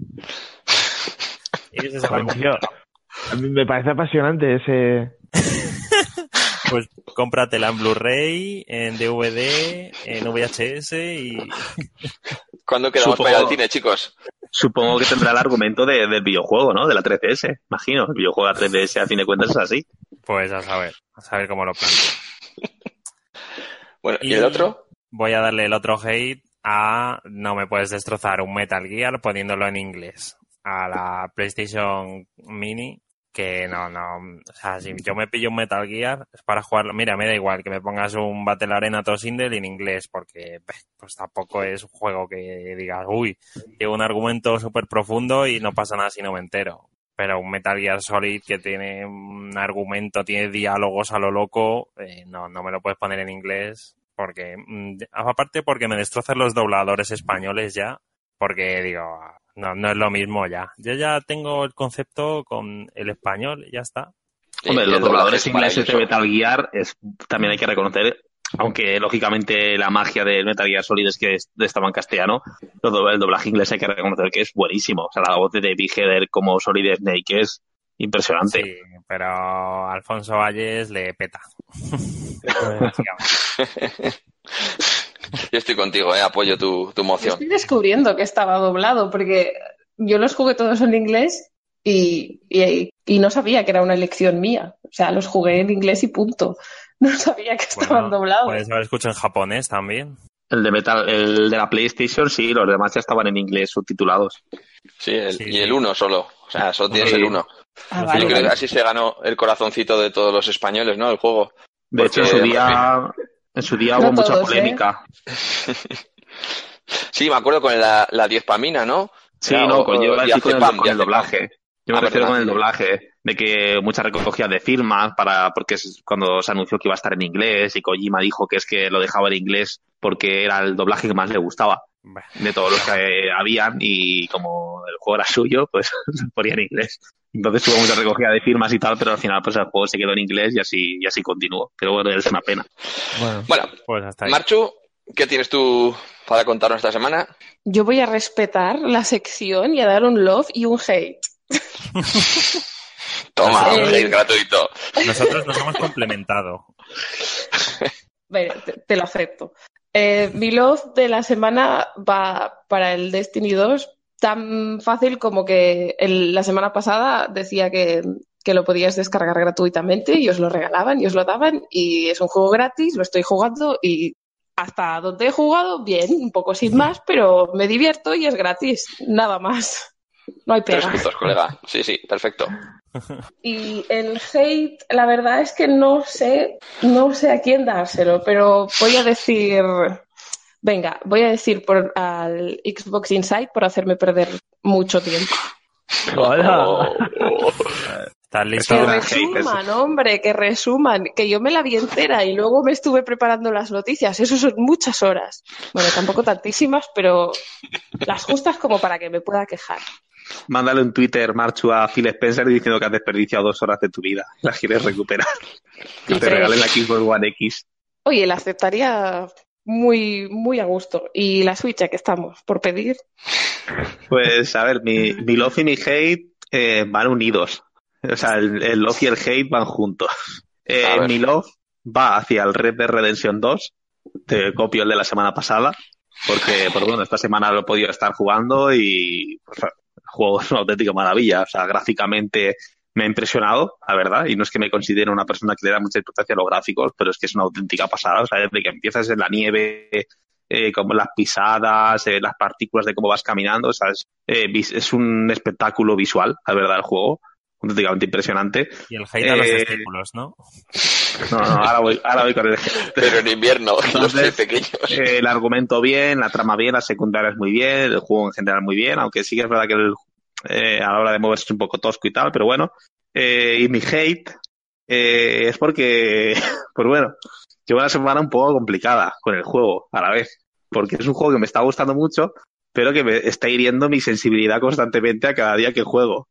Y ese es el Tío, a mí me parece apasionante ese... Pues cómpratela en Blu-ray, en DVD, en VHS y... ¿Cuándo quedamos para ir al cine, chicos? Supongo que tendrá el argumento del videojuego, ¿no? De la 3DS, imagino. El videojuego de la 3DS a fin de cuentas es así. Pues a saber cómo lo plantea. Bueno, ¿y el otro? Voy a darle el otro hate a no me puedes destrozar un Metal Gear poniéndolo en inglés. A la PlayStation Mini, que no. O sea, si yo me pillo un Metal Gear es para jugarlo. Mira, me da igual que me pongas un Battle Arena Tosindel en inglés, porque pues tampoco es un juego que digas, uy, tiene un argumento súper profundo y no pasa nada si no me entero. Pero un Metal Gear Solid que tiene un argumento, tiene diálogos a lo loco, no me lo puedes poner en inglés, porque aparte porque me destrozan los dobladores españoles ya, porque digo, no es lo mismo ya. Yo ya tengo el concepto con el español, ya está. Hombre, Y los el dobladores doblaje es ingleses de maravilloso. Metal Gear también hay que reconocer, aunque lógicamente la magia de Metal Gear Solid es que estaba en castellano, el doblaje inglés hay que reconocer que es buenísimo. O sea, la voz de David Hedder como Solid Snake es impresionante. Sí, pero Alfonso Valles le peta. Básicamente. Yo estoy contigo, apoyo tu Yo moción. estoy descubriendo que estaba doblado porque yo los jugué todos en inglés y no sabía que era una elección mía. O sea, los jugué en inglés y punto. No sabía que estaban doblados. Puedes haber escuchado en japonés también. El de la PlayStation sí, los demás ya estaban en inglés subtitulados. Sí, Sí, y sí. el 1 solo. O sea, solo tienes Sí. el 1. Ah, Yo vale, Yo creo que vale. así se ganó el corazoncito de todos los españoles, ¿no? El juego. De hecho, Porque- en su día No hubo mucha todos, polémica. Sí, me acuerdo con la Diezpamina, ¿no? Sí, Era, no, yo iba a decir con Diazepam, el doblaje. Yo me refiero perdona, con el sí. doblaje, de que muchas recogías de firmas porque es cuando se anunció que iba a estar en inglés y Kojima dijo que es que lo dejaba en inglés porque era el doblaje que más le gustaba Bueno, de todos los que habían y como el juego era suyo, pues se ponía en inglés. Entonces tuvo mucha recogida de firmas y tal, pero al final pues el juego se quedó en inglés y así continuó. Pero bueno, es una pena. Bueno, pues hasta ahí. Marchu, ¿qué tienes tú para contarnos esta semana? Yo voy a respetar la sección y a dar un love y un hate. Toma, Sí. un hate gratuito. Nosotros nos hemos complementado. Bueno, te lo acepto. Mi love de la semana va para el Destiny 2, tan fácil como que la semana pasada decía que lo podías descargar gratuitamente y os lo regalaban y os lo daban y es un juego gratis, lo estoy jugando y hasta donde he jugado, bien, un poco sin más, pero me divierto y es gratis, nada más. No hay 3 pega. puntos, colega. Sí, perfecto. Y el hate, la verdad es que no sé a quién dárselo, pero voy a decir al Xbox Inside por hacerme perder mucho tiempo. Hola. ¿Estás listo? Que Está- resuman, hombre, que resuman, que yo me la vi entera y luego me estuve preparando las noticias, eso son muchas horas. Bueno, tampoco tantísimas, pero las justas como para que me pueda quejar. Mándale un Twitter, Marchu, a Phil Spencer diciendo que has desperdiciado 2 horas de tu vida. Las quieres recuperar. Que Y te 3. regalen la Xbox One X. Oye, la aceptaría muy, muy a gusto. Y la Switch, ya que estamos, por pedir. Pues, a ver, mi love y mi hate van unidos. O sea, el love y el hate van juntos. A ver. Mi love va hacia el Red Dead Redemption 2. Te copio el de la semana pasada. Porque, pues bueno, esta semana lo he podido estar jugando y pues, el juego es una auténtica maravilla. O sea, gráficamente me ha impresionado, la verdad. Y no es que me considere una persona que le da mucha importancia a los gráficos, pero es que es una auténtica pasada. O sea, desde que empiezas en la nieve, como las pisadas, las partículas de cómo vas caminando, o sea, es un espectáculo visual, la verdad, el juego. Auténticamente impresionante. Y el hate a los testículos, ¿no? No, ahora voy con el Pero en invierno, los Entonces, pequeños. el argumento bien, la trama bien, las secundarias muy bien, el juego en general muy bien, aunque sí que es verdad que a la hora de moverse es un poco tosco y tal, pero bueno. Y mi hate es porque, pues bueno, llevo una semana un poco complicada con el juego a la vez, porque es un juego que me está gustando mucho, pero que me está hiriendo mi sensibilidad constantemente a cada día que juego.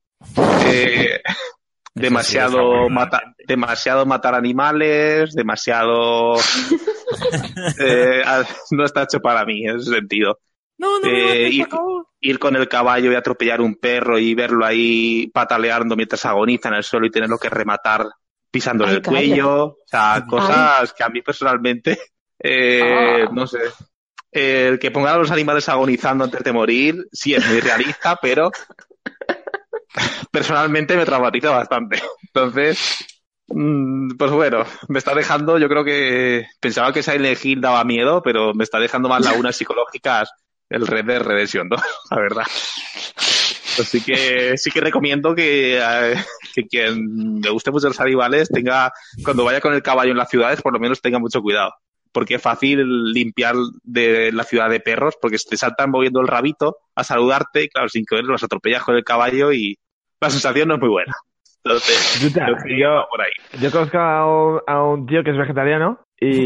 Demasiado matar animales, demasiado no está hecho para mí en ese sentido. No, y, ir con el caballo y atropellar un perro y verlo ahí pataleando mientras agoniza en el suelo y tenerlo que rematar pisándole el cuello. O sea, cosas que a mí personalmente, no sé. El que ponga a los animales agonizando antes de morir, sí es muy realista, pero personalmente me traumatiza bastante. Entonces, pues bueno, me está dejando, yo creo que pensaba que Silent Hill daba miedo, pero me está dejando más lagunas psicológicas el Red Dead Redemption 2, la verdad. Así que sí que recomiendo que quien le guste mucho los animales tenga, cuando vaya con el caballo en las ciudades, por lo menos tenga mucho cuidado. Porque es fácil limpiar de la ciudad de perros, porque te saltan moviendo el rabito a saludarte y claro, sin querer los atropellas con el caballo y la sensación no es muy buena. Entonces, yo conozco a un tío que es vegetariano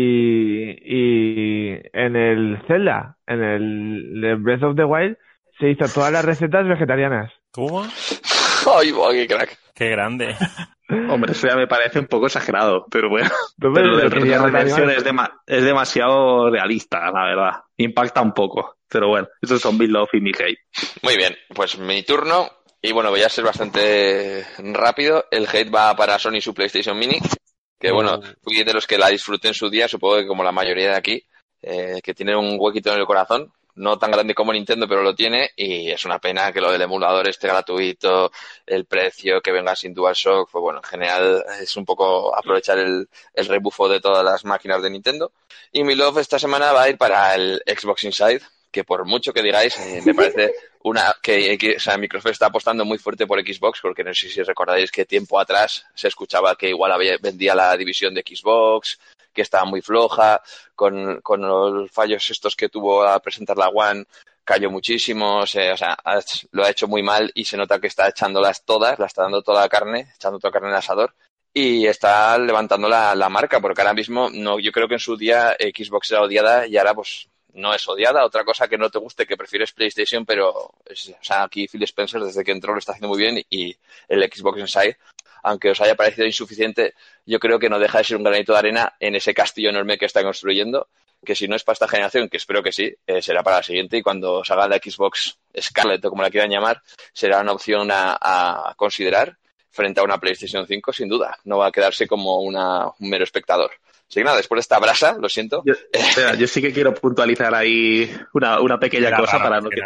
y en el Zelda, en el Breath of the Wild, se hizo todas las recetas vegetarianas. ¿Cómo? ¡Ay, qué crack! ¡Qué grande! Hombre, eso ya me parece un poco exagerado, pero bueno. Pero lo del Red Dead Redemption es demasiado realista, la verdad. Impacta un poco. Pero bueno, esos son mi love y mi hate. Muy bien, pues mi turno. Y bueno, voy a ser bastante rápido. El hate va para Sony y su PlayStation Mini. Que bueno, fui de los que la disfruté en su día, supongo que como la mayoría de aquí, que tiene un huequito en el corazón. No tan grande como Nintendo, pero lo tiene, y es una pena que lo del emulador esté gratuito, el precio, que venga sin DualShock, pues bueno, en general es un poco aprovechar el rebufo de todas las máquinas de Nintendo. Y mi love esta semana va a ir para el Xbox Inside, que por mucho que digáis, me parece o sea, Microsoft está apostando muy fuerte por Xbox, porque no sé si recordáis que tiempo atrás se escuchaba que igual vendía la división de Xbox, que estaba muy floja, con los fallos estos que tuvo a presentar la One, cayó muchísimo, o sea, lo ha hecho muy mal y se nota que está echándolas todas, la está dando toda la carne, echando toda la carne en el asador, y está levantando la marca, porque ahora mismo, no, yo creo que en su día Xbox era odiada y ahora pues no es odiada. Otra cosa que no te guste, que prefieres PlayStation, pero o sea, aquí Phil Spencer desde que entró lo está haciendo muy bien, y el Xbox Inside, aunque os haya parecido insuficiente, yo creo que no deja de ser un granito de arena en ese castillo enorme que está construyendo, que si no es para esta generación, que espero que sí, será para la siguiente, y cuando salga la Xbox Scarlett o como la quieran llamar, será una opción a considerar frente a una PlayStation 5, sin duda. No va a quedarse como un mero espectador. Así que nada, después de esta brasa, lo siento. Yo sí que quiero puntualizar ahí una pequeña cosa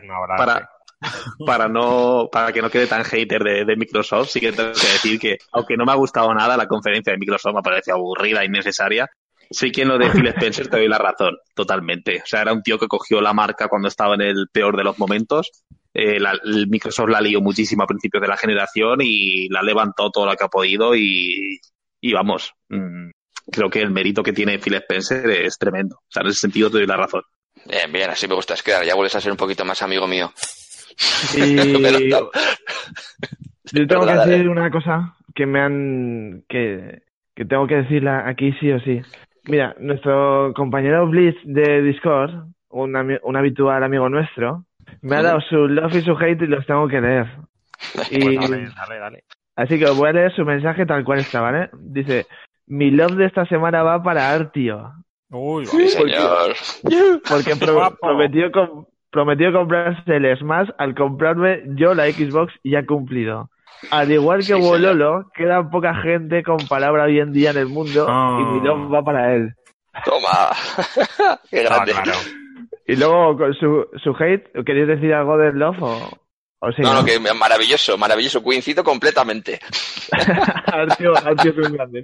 para que no quede tan hater de Microsoft. Sí que tengo que decir que, aunque no me ha gustado nada, la conferencia de Microsoft me parece aburrida, innecesaria. Sí que en lo de Phil Spencer te doy la razón, totalmente. O sea, era un tío que cogió la marca cuando estaba en el peor de los momentos. Microsoft la lió muchísimo a principios de la generación y la levantó todo lo que ha podido y vamos, creo que el mérito que tiene Phil Spencer es tremendo. O sea, en ese sentido te doy la razón. Bien, así me gusta quedar. Ya vuelves a ser un poquito más amigo mío. Y yo tengo que decir una cosa que tengo que decirla aquí sí o sí. Mira, nuestro compañero Blitz de Discord, un habitual amigo nuestro, me ha dado su love y su hate y los tengo que leer. Y pues dale. Así que os voy a leer su mensaje tal cual está, ¿vale? Dice: mi love de esta semana va para Artio. Uy, sí, señor. Porque prometió comprarse el Smash al comprarme yo la Xbox y ha cumplido. Al igual que Bololo, queda poca gente con palabra hoy en día en el mundo y mi love va para él. Toma. Qué grande. Claro. Y luego con su hate, ¿queréis decir algo del love o sí? No, que maravilloso, coincido completamente. Artio es un grande.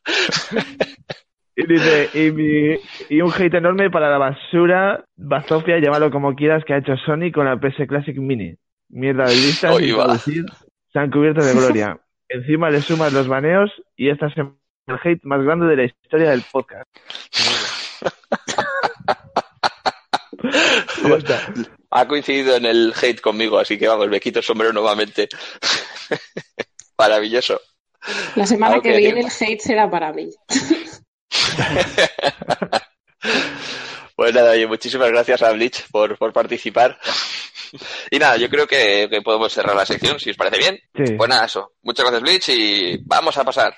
Y dice, y un hate enorme para la basofia, llámalo como quieras, que ha hecho Sony con la PS Classic Mini. Mierda de listas sin producir, se han cubierto de gloria. Encima le sumas los baneos y esta es el hate más grande de la historia del podcast. Ha coincidido en el hate conmigo, así que vamos, me quito el sombrero nuevamente. Maravilloso. La semana que viene el hate será para mí. Pues nada, oye, muchísimas gracias a Bleach por participar. Y nada, yo creo que podemos cerrar la sección, si os parece bien. Sí. Pues nada, eso. Muchas gracias, Bleach, y vamos a pasar.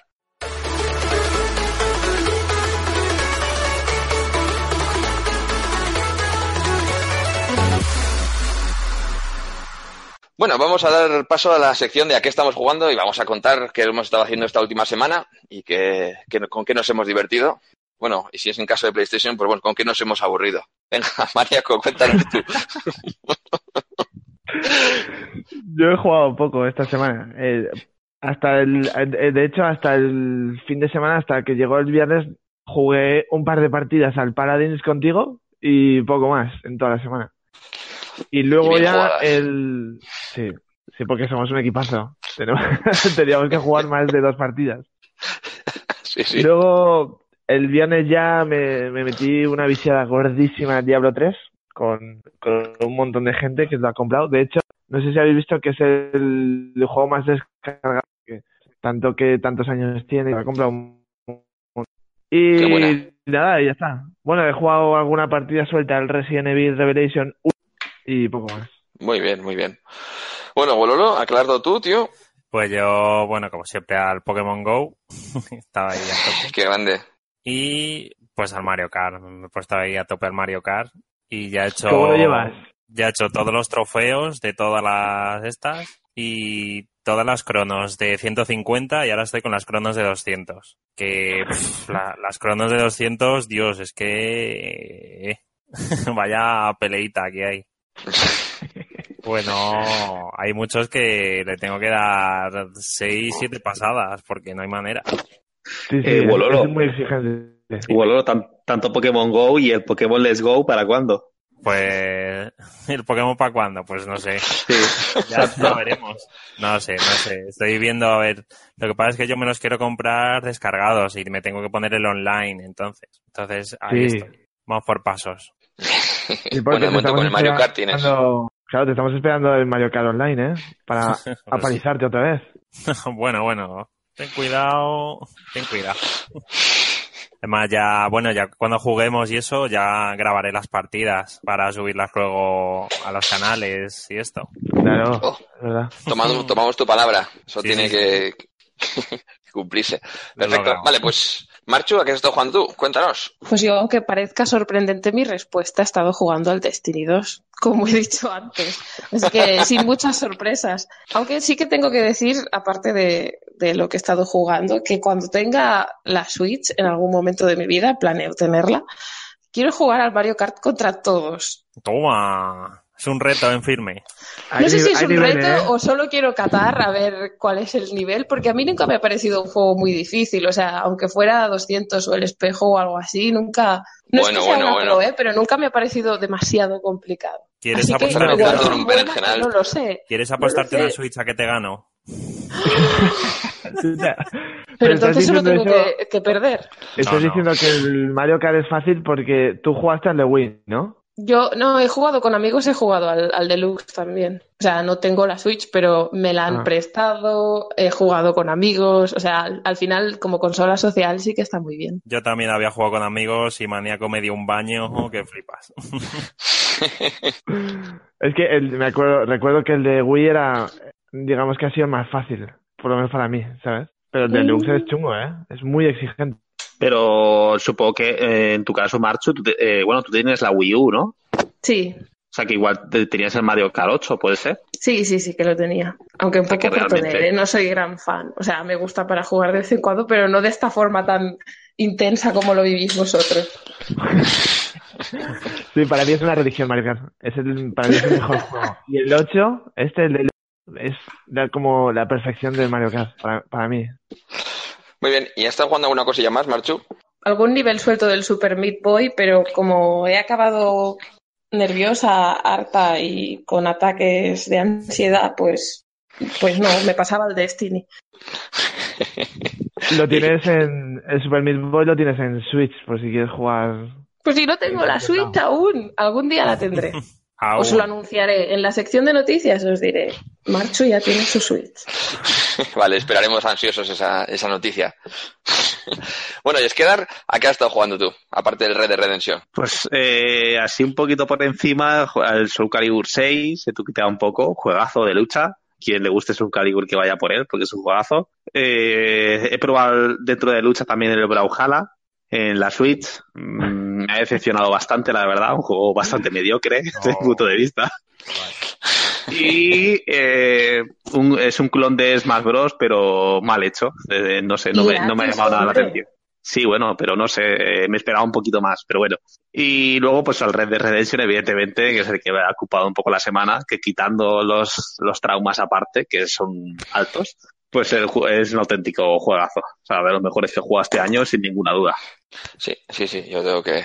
Bueno, vamos a dar paso a la sección de a qué estamos jugando y vamos a contar qué hemos estado haciendo esta última semana y con qué nos hemos divertido. Bueno, y si es en caso de PlayStation, pues bueno, con qué nos hemos aburrido. Venga, Mariaco, cuéntanos tú. Yo he jugado poco esta semana. De hecho, hasta el fin de semana, hasta que llegó el viernes, jugué un par de partidas al Paladins contigo y poco más en toda la semana. Y luego bien ya jugadas. Sí, porque somos un equipazo. Teníamos que jugar más de 2 partidas. Sí, sí. Y luego el viernes ya me metí una viciada gordísima en Diablo 3 con un montón de gente que lo ha comprado. De hecho, no sé si habéis visto que es el juego más descargado que tantos años tiene. Lo ha comprado Qué buena. y nada, ya está. Bueno, he jugado alguna partida suelta al Resident Evil Revelation 1 y poco más. Muy bien, muy bien. Bueno, Bololo, aclarado tú, tío. Pues yo, bueno, como siempre, al Pokémon Go. Estaba ahí a tope. Qué grande. Y pues al Mario Kart. Me he puesto ahí a tope al Mario Kart. Y ya he hecho... ¿Cómo lo llevas? Ya he hecho todos los trofeos de todas las estas y todas las cronos de 150 y ahora estoy con las cronos de 200. Que las cronos de 200, Dios, es que... vaya peleita que hay. Bueno, hay muchos que le tengo que dar 6, 7 pasadas porque no hay manera. Sí, es Bololo. muy exigente. Bueno, tanto Pokémon Go y el Pokémon Let's Go, ¿para cuándo? Pues, ¿el Pokémon para cuándo? Pues no sé. Sí. Ya veremos. No sé. Estoy viendo, a ver. Lo que pasa es que yo me los quiero comprar descargados y me tengo que poner el online, entonces ahí Sí. estoy. Vamos por pasos. Sí, porque Bueno, de te momento estamos con el Mario Kart tienes. Claro, te estamos esperando el Mario Kart Online, para apalizarte otra vez. Bueno. Ten cuidado. Además, ya cuando juguemos y eso, ya grabaré las partidas para subirlas luego a los canales y esto. Claro, Oh. es verdad. Tomamos tu palabra. Eso Sí, tiene sí. que cumplirse. Lo Perfecto. logramos. Vale, pues, Marchu, ¿a qué has estado jugando tú? Cuéntanos. Pues yo, aunque parezca sorprendente mi respuesta, he estado jugando al Destiny 2, como he dicho antes. Así que sin muchas sorpresas. Aunque sí que tengo que decir, aparte de lo que he estado jugando, que cuando tenga la Switch en algún momento de mi vida, planeo tenerla, quiero jugar al Mario Kart contra todos. Toma. Es un reto en firme. No sé si es Hay un niveles, reto o solo quiero catar a ver cuál es el nivel, porque a mí nunca me ha parecido un juego muy difícil. O sea, aunque fuera 200 o el espejo o algo así, nunca... No es que sea una pro, pero nunca me ha parecido demasiado complicado. ¿Quieres Así que apostar igual a soy romper en buena, general? no lo sé. ¿Quieres No apostarte lo sé. una Switch a que te gano? Pero estás entonces solo diciendo tengo eso- que perder. Estás No. diciendo que el Mario Kart es fácil porque tú jugaste al de Wii, ¿no? Yo no he jugado con amigos, he jugado al Deluxe también. O sea, no tengo la Switch, pero me la han prestado, he jugado con amigos. O sea, al final, como consola social, sí que está muy bien. Yo también había jugado con amigos y Maníaco me dio un baño que flipas. Es que recuerdo que el de Wii era, digamos que ha sido más fácil, por lo menos para mí, ¿sabes? Pero el Deluxe es chungo, es muy exigente. Pero supongo que en tu caso, Marchu, tú tienes la Wii U, ¿no? Sí, O sea, que igual tenías el Mario Kart 8, ¿puede ser? sí que lo tenía. Aunque un O sea, poco que realmente- portonero, no soy gran fan. O sea, me gusta para jugar de vez en cuando, pero no de esta forma tan intensa como lo vivís vosotros. Sí, para mí es una religión Mario Kart. Para mí es el mejor juego. Y el 8, el Deluxe, es como la perfección del Mario Kart, para mí. Muy bien. ¿Y has estado jugando alguna cosilla más, Marchu? Algún nivel suelto del Super Meat Boy, pero como he acabado nerviosa, harta y con ataques de ansiedad, pues no, me pasaba al Destiny. Lo tienes el Super Meat Boy lo tienes en Switch, por si quieres jugar. Pues si no tengo la Switch aún, algún día la tendré. Os lo anunciaré. En la sección de noticias os diré, Marchu ya tiene su Switch. Vale, esperaremos ansiosos esa noticia. Bueno, y Esquedar, ¿a qué has estado jugando tú? Aparte del Red Dead Redemption. Pues así un poquito por encima, al Soul Calibur 6, he tuquiteado un poco, juegazo de lucha. Quien le guste Soul Calibur que vaya por él, porque es un juegazo. He probado dentro de lucha también el Brawlhalla en la Switch. Me ha decepcionado bastante, la verdad, un juego bastante mediocre desde mi punto de vista. Y es un clon de Smash Bros, pero mal hecho. No sé, no me ha llamado nada la atención. Sí, bueno, pero no sé, me esperaba un poquito más, pero bueno. Y luego, pues al Red Dead Redemption, evidentemente, que es el que me ha ocupado un poco la semana, que quitando los traumas aparte, que son altos, pues es un auténtico juegazo. O sea, de los mejores que he jugado este año, sin ninguna duda. Sí, yo tengo que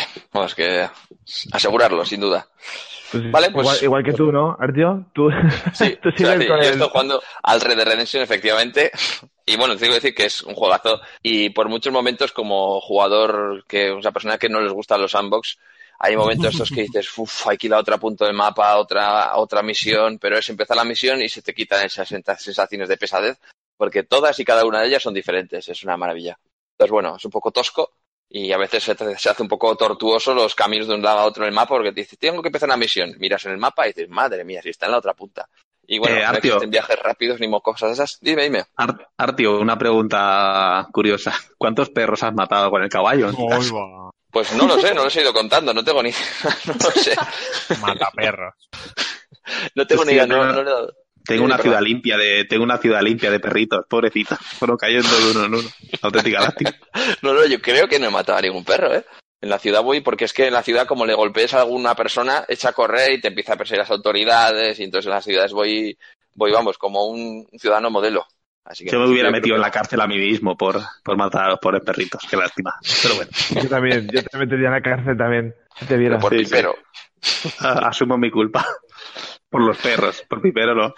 asegurarlo, sin duda. Pues, Vale, pues igual que tú, ¿no, Artio? Tú, sí, tú sigues yo con estoy jugando al Red Dead Redemption, efectivamente. Y bueno, tengo que decir que es un juegazo. Y por muchos momentos, como jugador, una persona que no les gustan los sandbox, hay momentos estos que dices, hay que ir a otro punto del mapa, otra misión, pero es empezar la misión y se te quitan esas sensaciones de pesadez, porque todas y cada una de ellas son diferentes. Es una maravilla. Entonces, bueno, es un poco tosco. Y a veces se hace un poco tortuoso los caminos de un lado a otro en el mapa porque te dices, tengo que empezar una misión. Miras en el mapa y dices, madre mía, si está en la otra punta. Y bueno, no existen viajes rápidos ni cosas esas. Dime. Artio, una pregunta curiosa. ¿Cuántos perros has matado con el caballo? Pues no lo sé, no los he ido contando, no tengo ni no lo sé. Mata perros. No tengo ni idea, Tengo una ciudad limpia de perritos, pobrecitos. Fueron cayendo de uno en uno. Auténtica lástima. No, yo creo que no he matado a ningún perro, ¿eh? En la ciudad voy, porque es que en la ciudad, como le golpees a alguna persona, echa a correr y te empieza a perseguir las autoridades, y entonces en las ciudades voy, vamos, como un ciudadano modelo. Así que yo me hubiera metido en la cárcel a mí mismo por matar a los pobres perritos. Qué lástima. Pero bueno. Yo también, yo te metería en la cárcel también, si te viera. Por pipero. Sí. Asumo mi culpa. Por los perros, por pipero no.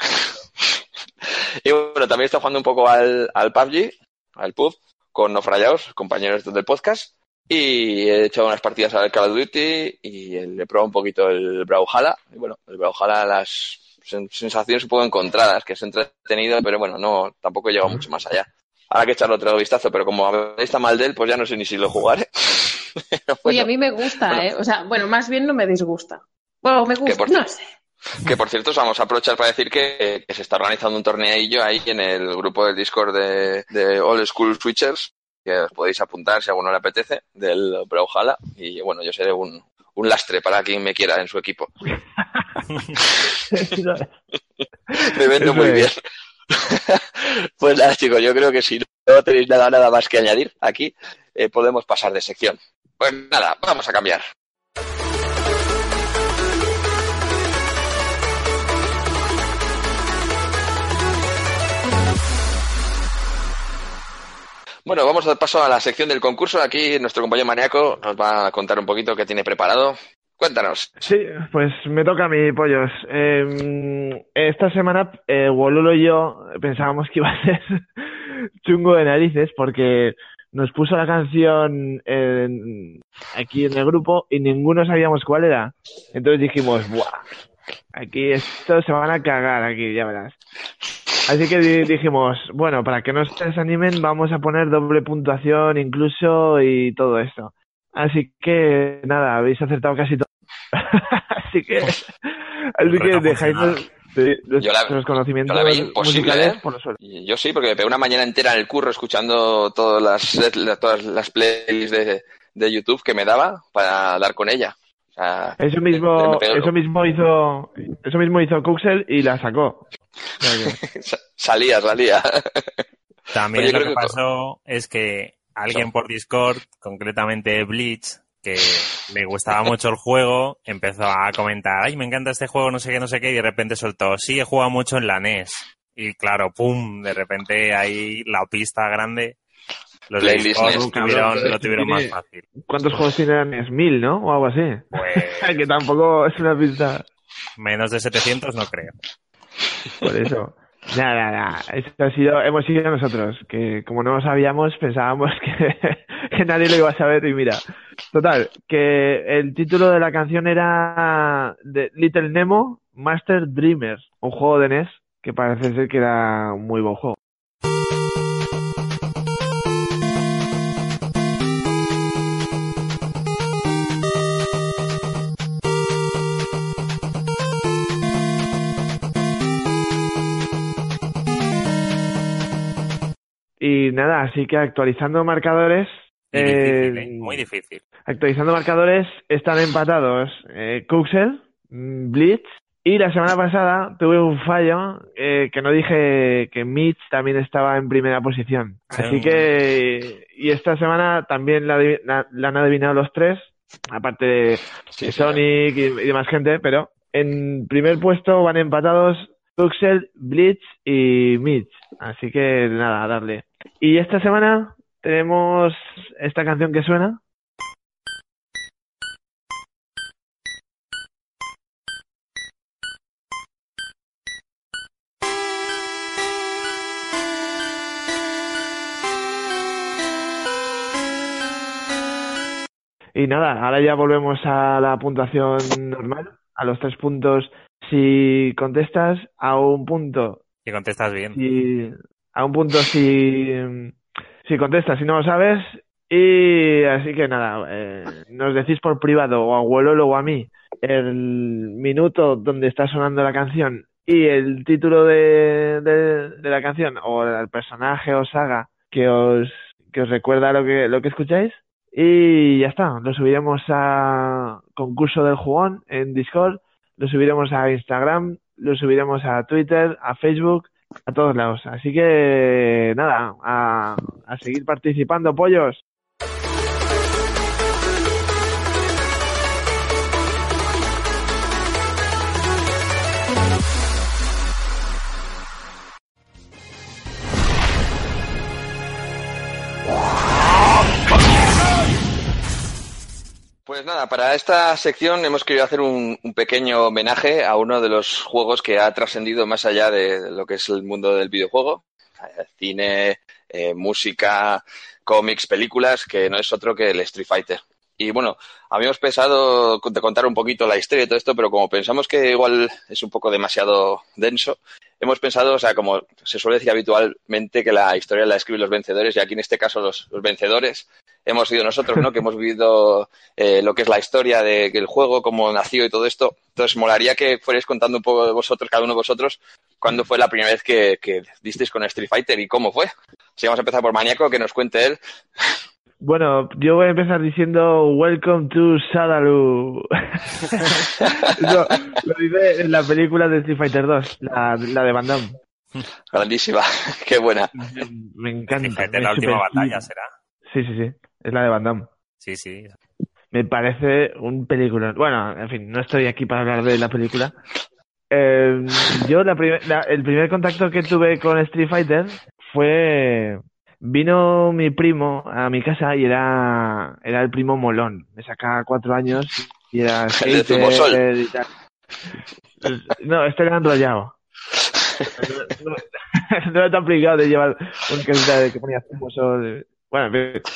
Y bueno, también estoy jugando un poco al PUBG, al PUB, con No Frayaos, compañeros del podcast. Y he hecho unas partidas al Call of Duty y le he probado un poquito el Brawlhalla. Y bueno, el Brawlhalla, las sensaciones un poco encontradas, que es entretenido, pero bueno, no, tampoco he llegado mucho más allá. Ahora que echarle otro vistazo, pero como está mal de él, pues ya no sé ni si lo jugaré. Bueno, oye, a mí me gusta, ¿eh? O sea, bueno, más bien no me disgusta. Bueno, me gusta, no sé. Que por cierto, vamos a aprovechar para decir que se está organizando un torneillo ahí en el grupo del Discord de Old School Switchers, que os podéis apuntar si a alguno le apetece, del Brawlhalla. Y bueno, yo seré un lastre para quien me quiera en su equipo. Me vendo muy bien. Pues nada, chicos, yo creo que si no tenéis nada más que añadir aquí, podemos pasar de sección. Pues nada, vamos a cambiar. Bueno, vamos a dar paso a la sección del concurso. Aquí nuestro compañero Maníaco nos va a contar un poquito qué tiene preparado. Cuéntanos. Sí, pues me toca a mí, pollos. Esta semana, Wolulo y yo pensábamos que iba a ser chungo de narices porque nos puso la canción aquí en el grupo y ninguno sabíamos cuál era. Entonces dijimos, ¡buah! Aquí estos se van a cagar aquí, ya verás. Así que dijimos, bueno, para que no se desanimen, vamos a poner doble puntuación incluso y todo esto. Así que, nada, habéis acertado casi todo. así que dejáis los conocimientos musicales por los suelos. Yo sí, porque me pegué una mañana entera en el curro escuchando todas las playlists de YouTube que me daba para dar con ella. O sea, eso mismo hizo Kuxel y la sacó. salía. También lo que pasó es que alguien por Discord, concretamente Bleach, que le gustaba mucho el juego, empezó a comentar, ay, me encanta este juego, no sé qué, y de repente soltó, sí, he jugado mucho en la NES. Y claro, pum, de repente ahí la pista grande, los de Discord lo tuvieron más fácil. ¿Cuántos juegos tienen NES? 1000, ¿no? O algo así. Pues... que tampoco es una pista... Menos de 700 no creo. Por eso. Nada. Hemos sido nosotros, que como no lo sabíamos, pensábamos que nadie lo iba a saber y mira. Total, que el título de la canción era de Little Nemo Master Dreamer, un juego de NES que parece ser que era un muy buen juego. Y nada, así que actualizando marcadores... Difícil, muy difícil. Actualizando marcadores están empatados Kuxel, Blitz Y la semana pasada tuve un fallo que no dije que Mitch también estaba en primera posición. Sí. Así que... Y esta semana también la han adivinado los tres, aparte de Sonic y demás gente, pero en primer puesto van empatados Tuxel, Blitz y Mitch. Así que nada, a darle. Y esta semana tenemos esta canción que suena. Y nada, ahora ya volvemos a la puntuación normal, a los 3 puntos si contestas, a un punto Si contestas bien. si contestas, si no lo sabes. Y así que nada, nos decís por privado o a Wololo o a mí el minuto donde está sonando la canción y el título de la canción o el personaje o saga que os recuerda lo que escucháis. Y ya está, lo subiremos a concurso del jugón en Discord, lo subiremos a Instagram, lo subiremos a Twitter, a Facebook, a todos lados. Así que nada, a seguir participando, pollos. Pues nada, para esta sección hemos querido hacer un pequeño homenaje a uno de los juegos que ha trascendido más allá de lo que es el mundo del videojuego. Cine, música, cómics, películas, que no es otro que el Street Fighter. Y bueno, habíamos pensado contar un poquito la historia y todo esto, pero como pensamos que igual es un poco demasiado denso, hemos pensado, o sea, como se suele decir habitualmente, que la historia la escriben los vencedores, y aquí en este caso los vencedores hemos sido nosotros, ¿no? Que hemos vivido lo que es la historia del juego, cómo nació y todo esto. Entonces, molaría que fuerais contando un poco de vosotros, cada uno de vosotros, cuándo fue la primera vez que disteis con Street Fighter y cómo fue. Si vamos a empezar por Maníaco, que nos cuente él. Bueno, yo voy a empezar diciendo Welcome to Shadaloo. Eso lo dice en la película de Street Fighter 2, la de Van Damme. Grandísima, qué buena. Me encanta. Street Fighter, la última batalla será. Sí, es la de Van Damme. Sí, sí. Me parece un película. Bueno, en fin, no estoy aquí para hablar de la película. Yo el primer contacto que tuve con Street Fighter fue... Vino mi primo a mi casa y era el primo molón. Me sacaba 4 años y era skater y tal. No, este era enrollado. No era tan obligado de llevar un casita que ponía zumosol. Bueno,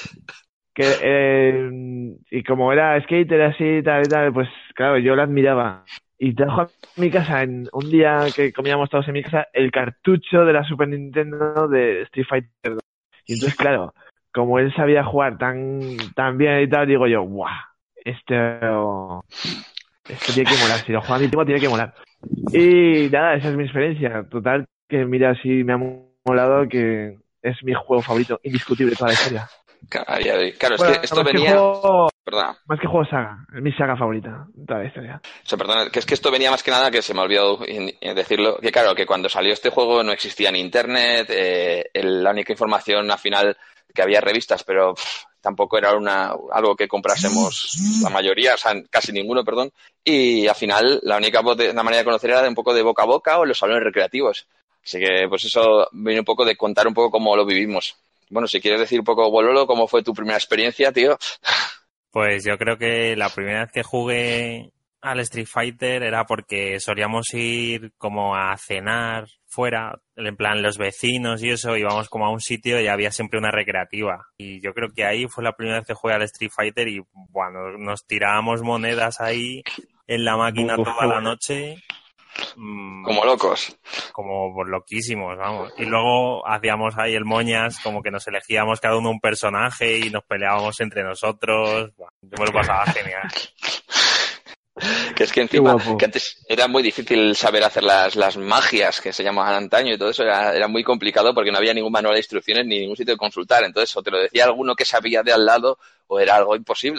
y como era skater así y tal, pues claro, yo la admiraba. Y trajo a mi casa en un día que comíamos todos en mi casa el cartucho de la Super Nintendo de Street Fighter 2. Y entonces, claro, como él sabía jugar tan bien y tal, digo yo, ¡guau! Esto tiene que molar. Si lo juega mi primo, tiene que molar. Y nada, esa es mi experiencia. Total, que mira, sí me ha molado, que es mi juego favorito, indiscutible de toda la historia. Claro, bueno, es que esto venía... Perdona. Más que juego saga, es mi saga favorita de toda la historia. O sea, perdona, que es que esto venía más que nada, que se me ha olvidado decirlo, que claro, que cuando salió este juego no existía ni internet, la única información al final que había revistas, pero tampoco era algo que comprásemos la mayoría, o sea, casi ninguno, perdón, y al final la única manera de conocer era de un poco de boca a boca o en los salones recreativos. Así que pues eso viene un poco de contar un poco cómo lo vivimos. Bueno, si quieres decir un poco, Bololo, ¿cómo fue tu primera experiencia, tío? Pues yo creo que la primera vez que jugué al Street Fighter era porque solíamos ir como a cenar fuera, en plan los vecinos y eso, íbamos como a un sitio y había siempre una recreativa. Y yo creo que ahí fue la primera vez que jugué al Street Fighter y bueno, nos tirábamos monedas ahí en la máquina toda la noche. Como locos. Como loquísimos, vamos. Y luego hacíamos ahí el moñas, como que nos elegíamos cada uno un personaje y nos peleábamos entre nosotros. Bueno, yo me lo pasaba genial. Que es que encima, que antes era muy difícil saber hacer las magias que se llamaban antaño y todo eso era muy complicado porque no había ningún manual de instrucciones ni ningún sitio de consultar. Entonces, o te lo decía alguno que sabía de al lado o era algo imposible.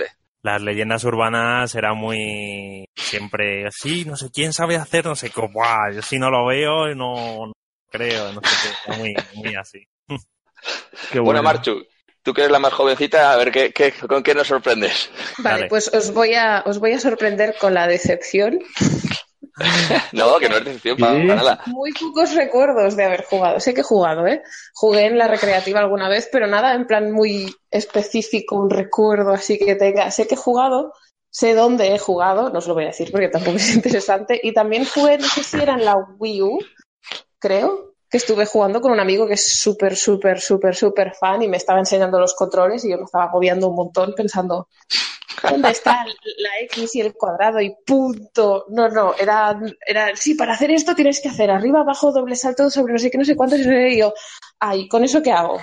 las leyendas urbanas eran muy siempre así, no sé quién sabe hacer, no sé cómo, ¡buah! Yo si no lo veo, no creo, no sé qué, era muy así. Qué Bueno, Marchu, tú que eres la más jovencita, a ver con qué nos sorprendes. Vale, Dale. pues os voy a sorprender con la decepción. No, que no es decepción para nada. Muy pocos recuerdos de haber jugado. Sé que he jugado, ¿eh? Jugué en la recreativa alguna vez, pero nada en plan muy específico, un recuerdo así que tenga. Sé que he jugado, sé dónde he jugado, no os lo voy a decir porque tampoco es interesante. Y también jugué, no sé si era en la Wii U, creo, que estuve jugando con un amigo que es súper fan y me estaba enseñando los controles y yo me estaba agobiando un montón pensando... ¿Dónde está la X y el cuadrado y punto? No, era sí, para hacer esto tienes que hacer arriba, abajo, doble salto sobre no sé qué, no sé cuánto, y yo, ay, ¿con eso qué hago?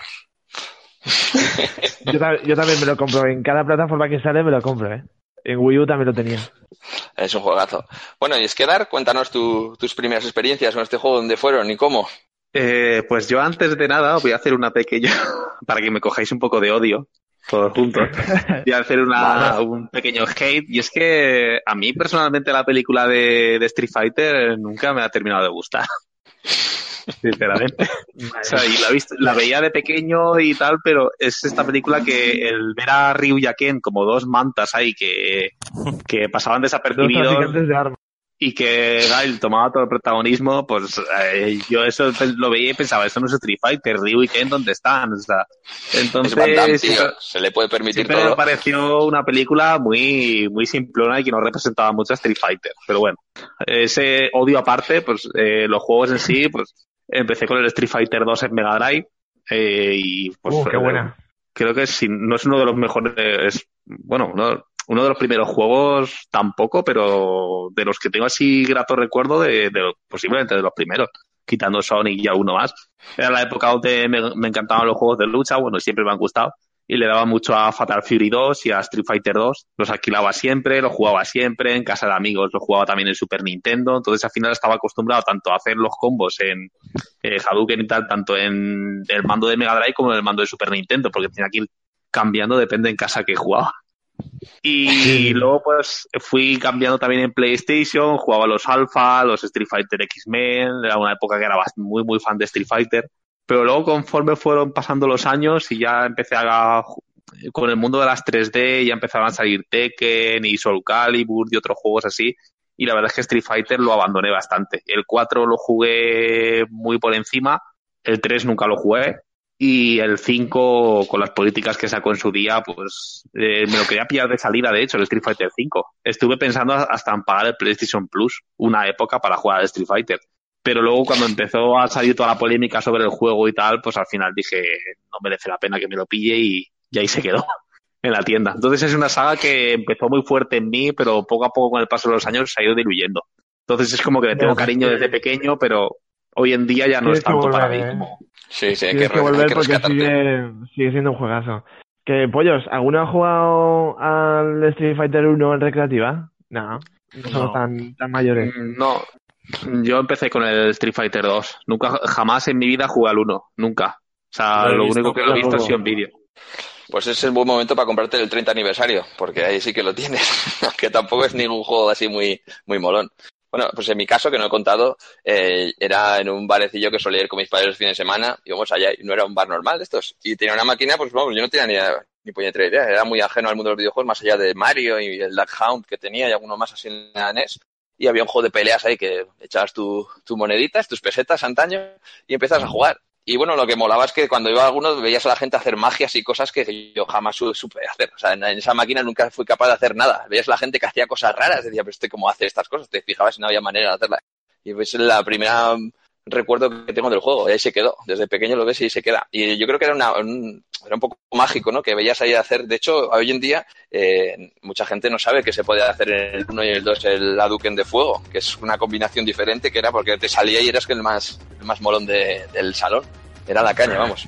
Yo también me lo compro. En cada plataforma que sale me lo compro, ¿eh? En Wii U también lo tenía. Es un juegazo. Bueno, y Esquedar, cuéntanos tus primeras experiencias con este juego, dónde fueron y cómo. Pues yo antes de nada voy a hacer una pequeña, para que me cojáis un poco de odio, todos juntos. Voy a hacer un pequeño hate, y es que a mí personalmente la película de Street Fighter nunca me ha terminado de gustar. Sinceramente. O sea, y la veía de pequeño y tal, pero es esta película que el ver a Ryu y a Ken como dos mantas ahí que pasaban Dos desapercibidos traficantes de armas. y que Gail tomaba todo el protagonismo, pues yo eso lo veía y pensaba, esto no es Street Fighter, Ryu y Ken, ¿dónde están? O sea, Es Van Damme, entonces tío, se le puede permitir siempre me todo. pareció una película muy, muy simplona y que no representaba mucho a Street Fighter. Pero bueno, ese odio aparte, pues los juegos en sí, pues empecé con el Street Fighter 2 en Mega Drive y pues Qué buena. creo que no es uno de los mejores, bueno, uno de los primeros juegos tampoco, pero de los que tengo así grato recuerdo posiblemente de los primeros, quitando Sonic y alguno más. Era la época donde me encantaban los juegos de lucha, bueno, siempre me han gustado, y le daba mucho a Fatal Fury 2 y a Street Fighter 2. Los alquilaba siempre, los jugaba siempre, en casa de amigos los jugaba también en Super Nintendo, entonces al final estaba acostumbrado tanto a hacer los combos en Hadouken y tal, tanto en el mando de Mega Drive como en el mando de Super Nintendo, porque tenía que ir cambiando, depende en casa que jugaba. Y luego pues fui cambiando también en PlayStation, jugaba los Alpha, los Street Fighter X-Men, era una época que era muy muy fan de Street Fighter, pero luego conforme fueron pasando los años y ya empecé con el mundo de las 3D, ya empezaban a salir Tekken y Soul Calibur y otros juegos así, y la verdad es que Street Fighter lo abandoné bastante. El 4 lo jugué muy por encima, el 3 nunca lo jugué, y el 5, con las políticas que sacó en su día, pues me lo quería pillar de salida, de hecho, el Street Fighter 5. Estuve pensando hasta en pagar el PlayStation Plus una época para jugar al Street Fighter. Pero luego cuando empezó a salir toda la polémica sobre el juego y tal, pues al final dije, no merece la pena que me lo pille y ahí se quedó en la tienda. Entonces es una saga que empezó muy fuerte en mí, pero poco a poco con el paso de los años se ha ido diluyendo. Entonces es como que le tengo cariño desde pequeño, pero hoy en día ya no es tanto para mí como... Sí, hay Tienes que volver porque rescatarte. sigue siendo un juegazo. Que, pollos, ¿alguno ha jugado al Street Fighter 1 en recreativa? No somos tan mayores. No, yo empecé con el Street Fighter 2. Jamás en mi vida jugué al 1, nunca. O sea, lo único que lo he visto ha sido en vídeo. Pues es el buen momento para comprarte el 30 aniversario, porque ahí sí que lo tienes, aunque tampoco es ningún juego así muy, muy molón. Bueno, pues en mi caso, que no he contado, era en un barecillo que solía ir con mis padres los fines de semana, íbamos allá y no era un bar normal de estos. Y tenía una máquina, pues vamos, yo no tenía ni puñetera idea, era muy ajeno al mundo de los videojuegos, más allá de Mario y el Duck Hunt que tenía y alguno más así en la NES. Y había un juego de peleas ahí que echabas tus moneditas, tus pesetas antaño y empezabas a jugar. Y bueno, lo que molaba es que cuando iba a algunos veías a la gente hacer magias y cosas que yo jamás supe hacer. O sea, en esa máquina nunca fui capaz de hacer nada. Veías a la gente que hacía cosas raras, decía, pero ¿cómo hace estas cosas? Te fijabas si no había manera de hacerlas. Y pues es la primera recuerdo que tengo del juego, y ahí se quedó. Desde pequeño lo ves y se queda. Y yo creo que era un poco mágico, ¿no? Que veías ahí hacer. De hecho, hoy en día mucha gente no sabe que se puede hacer en el 1 y el 2 el Hadouken de fuego, que es una combinación diferente, que era porque te salía y eras el más molón del salón. Era la caña, vamos.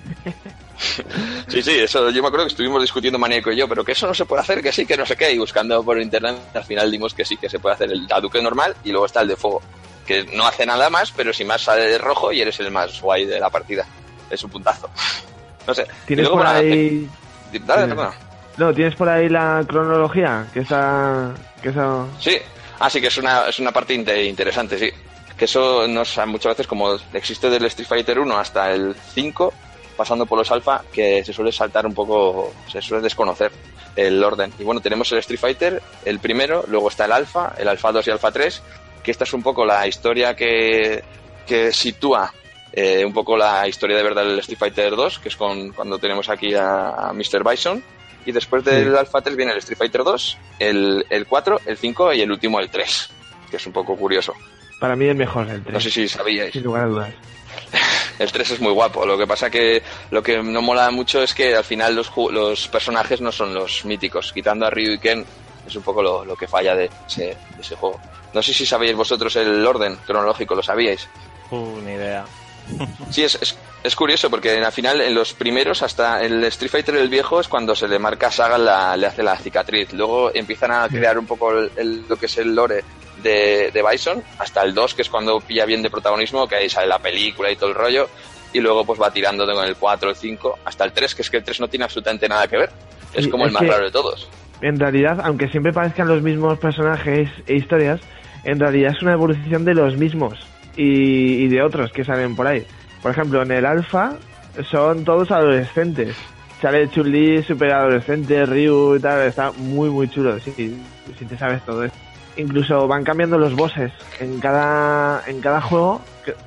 Sí, eso yo me acuerdo que estuvimos discutiendo Maníaco y yo, pero que eso no se puede hacer, que sí, que no sé qué, y buscando por internet al final dimos que sí, que se puede hacer el Hadouken normal y luego está el de fuego, que no hace nada más, pero si más sale de rojo y eres el más guay de la partida. Es un puntazo. No sé. ¿Tienes por ahí...? Dale, perdona. No, ¿tienes por ahí la cronología? Que esa... Sí, sí que es una parte interesante, sí. Que eso muchas veces, como existe del Street Fighter 1 hasta el 5, pasando por los alfa, que se suele saltar un poco, se suele desconocer el orden. Y bueno, tenemos el Street Fighter, el primero, luego está el alfa 2 y alfa 3, que esta es un poco la historia que sitúa un poco la historia de verdad del Street Fighter 2, que es cuando tenemos aquí a Mr. Bison. Y después del alfa 3 viene el Street Fighter 2, el 4, el 5 y el último el 3, que es un poco curioso. Para mí el mejor, el 3. No sé si sabíais. Sin lugar a dudas. El 3 es muy guapo. Lo que pasa que lo que no mola mucho es que al final los personajes no son los míticos. Quitando a Ryu y Ken, es un poco lo que falla de ese juego. No sé si sabíais vosotros el orden cronológico, ¿lo sabíais? Ni idea. Sí, es curioso porque al final en los primeros, hasta el Street Fighter el viejo, es cuando se le marca a Sagat, le hace la cicatriz. Luego empiezan a crear un poco lo que es el lore de Bison, hasta el 2, que es cuando pilla bien de protagonismo, que ahí sale la película y todo el rollo, y luego pues va tirando con el 4, el 5, hasta el 3, que es que el 3 no tiene absolutamente nada que ver. Es como el más raro de todos. En realidad, aunque siempre parezcan los mismos personajes e historias, en realidad es una evolución de los mismos y de otros que salen por ahí. Por ejemplo, en el alfa son todos adolescentes. Sale Chun-Li, super adolescente, Ryu y tal, está muy muy chulo, sí, si te sabes todo esto. Incluso van cambiando los bosses. En cada juego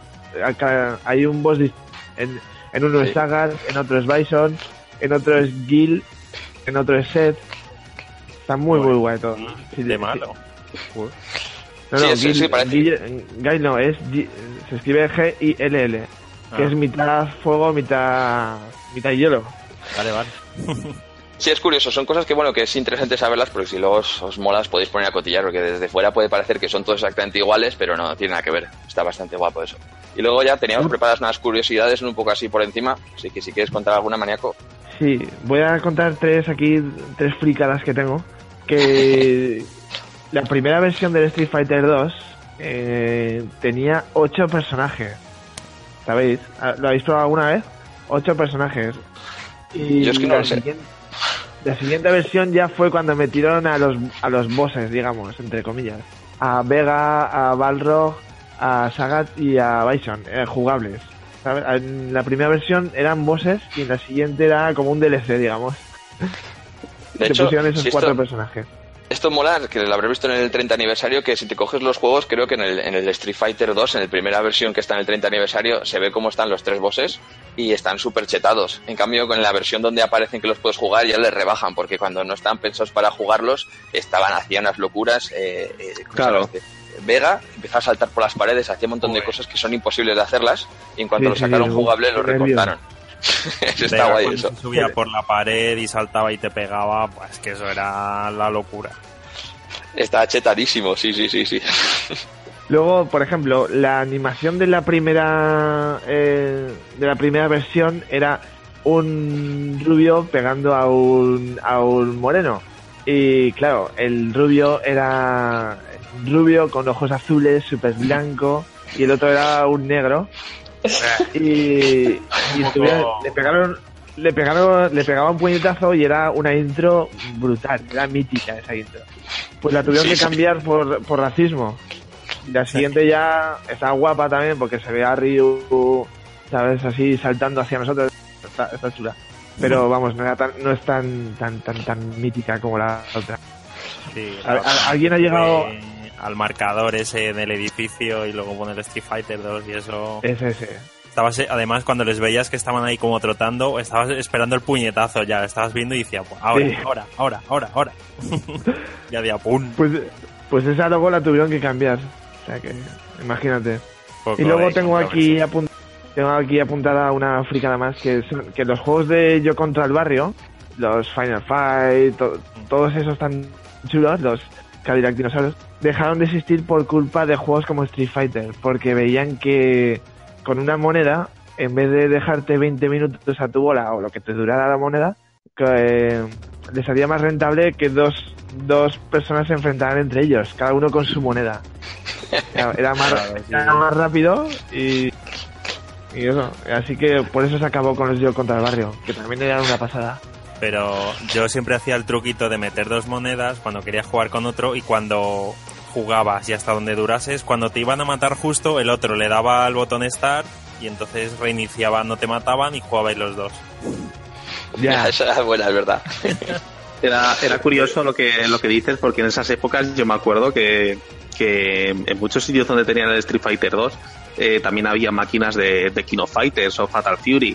hay un boss en uno es Sagat, en otro es Bison, en otro es Gil, en otro es Seth. Está muy guay todo. Sí, de malo. No, sí, parece. Gil no, se escribe G-I-L-L, que es mitad fuego, mitad hielo. Vale. Sí, es curioso, son cosas que que es interesante saberlas, porque si luego os molas podéis poner a cotillar, porque desde fuera puede parecer que son todos exactamente iguales, pero no tiene nada que ver. Está bastante guapo eso. Y luego ya teníamos preparadas unas curiosidades un poco así por encima, así que si quieres contar alguna, Maníaco. Sí, voy a contar tres fricadas que tengo. Que la primera versión del Street Fighter 2 tenía 8 personajes. ¿Sabéis? ¿Lo habéis probado alguna vez? 8 personajes. Y yo es que no lo sé. La siguiente versión ya fue cuando metieron a los bosses, digamos, entre comillas. A Vega, a Balrog, a Sagat y a Bison, jugables. ¿Sabes? En la primera versión eran bosses y en la siguiente era como un DLC, digamos. De hecho, pusieron esos 4 personajes. Esto mola, que lo habré visto en el 30 aniversario, que si te coges los juegos, creo que en el Street Fighter 2, en la primera versión que está en el 30 aniversario, se ve cómo están los 3 bosses y están súper chetados. En cambio, con la versión donde aparecen que los puedes jugar, ya les rebajan, porque cuando no están pensados para jugarlos, hacían unas locuras. Claro. Vega empezaba a saltar por las paredes, hacía un montón de cosas que son imposibles de hacerlas, y en cuanto lo sacaron jugable, lo recortaron. Eso está guay, eso. Subía por la pared y saltaba y te pegaba, pues que eso era la locura. Está chetadísimo, sí. Luego, por ejemplo, la animación de la primera versión era un rubio pegando a un moreno. Y claro, el rubio era rubio con ojos azules, súper blanco, y el otro era un negro. Y le pegaba un puñetazo y era una intro brutal, era mítica esa intro. Pues la tuvieron que cambiar por racismo. Y la siguiente ya está guapa también porque se ve a Ryu, ¿sabes? Así saltando hacia nosotros. Está chula. Pero vamos, no es tan mítica como la otra. Sí, ¿Alguien ha llegado al marcador ese del edificio y luego poner Street Fighter 2 y eso? Ese. Además, cuando les veías que estaban ahí como trotando, estabas esperando el puñetazo ya, estabas viendo y decías, pues ahora. Ya de apun. Pues esa luego la tuvieron que cambiar. O sea que, imagínate. Y luego tengo aquí apuntada una fricada más, que los juegos de Yo contra el Barrio, los Final Fight, todos esos tan chulos, los Cadillac Dinosaurios, dejaron de existir por culpa de juegos como Street Fighter, porque veían que con una moneda, en vez de dejarte 20 minutos a tu bola o lo que te durara la moneda, les salía más rentable que dos personas se enfrentaran entre ellos, cada uno con su moneda. Era más rápido y eso. Así que por eso se acabó con los Yo contra el Barrio, que también eran una pasada. Pero yo siempre hacía el truquito de meter 2 monedas cuando quería jugar con otro, y cuando jugabas y hasta donde durases, cuando te iban a matar justo, el otro le daba al botón Start y entonces reiniciaba, no te mataban y jugabais los dos. Ya. Esa era buena, es verdad. Era curioso lo que dices, porque en esas épocas yo me acuerdo que en muchos sitios donde tenían el Street Fighter 2 también había máquinas de King of Fighters o Fatal Fury,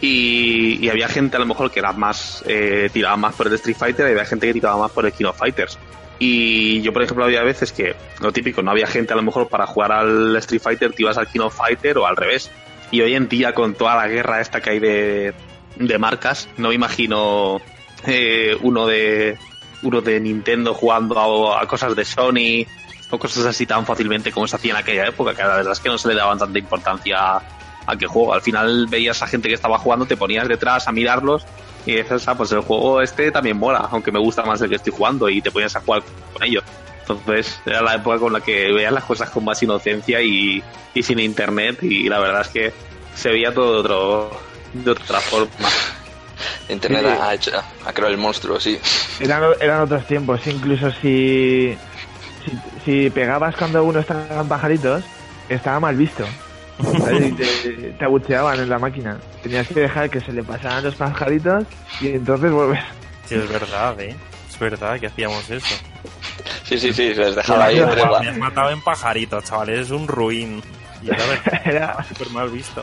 y había gente a lo mejor que era más tiraba más por el Street Fighter, y había gente que tiraba más por el King of Fighters. Y yo, por ejemplo, había veces que, lo típico, no había gente a lo mejor para jugar al Street Fighter, te ibas al King of Fighter o al revés. Y hoy en día, con toda la guerra esta que hay de marcas, no me imagino uno de Nintendo jugando a cosas de Sony o cosas así tan fácilmente como se hacía en aquella época, que la verdad es que no se le daban tanta importancia a qué juego. Al final veías a gente que estaba jugando, te ponías detrás a mirarlos y dices, pues el juego este también mola, aunque me gusta más el que estoy jugando, y te ponías a jugar con ellos. Entonces era la época con la que veías las cosas con más inocencia y sin internet, y la verdad es que se veía todo de otra forma. Internet ha creado el monstruo, sí. Eran otros tiempos, incluso si pegabas cuando uno estaba en pajaritos, estaba mal visto. ¿Sabes? Y te abucheaban en la máquina. Tenías que dejar que se le pasaran los pajaritos y entonces volver. Sí, es verdad, Es verdad que hacíamos eso. Sí, se les dejaba ahí. Me has matado en pajaritos, chavales, es un ruin. Y era súper mal visto.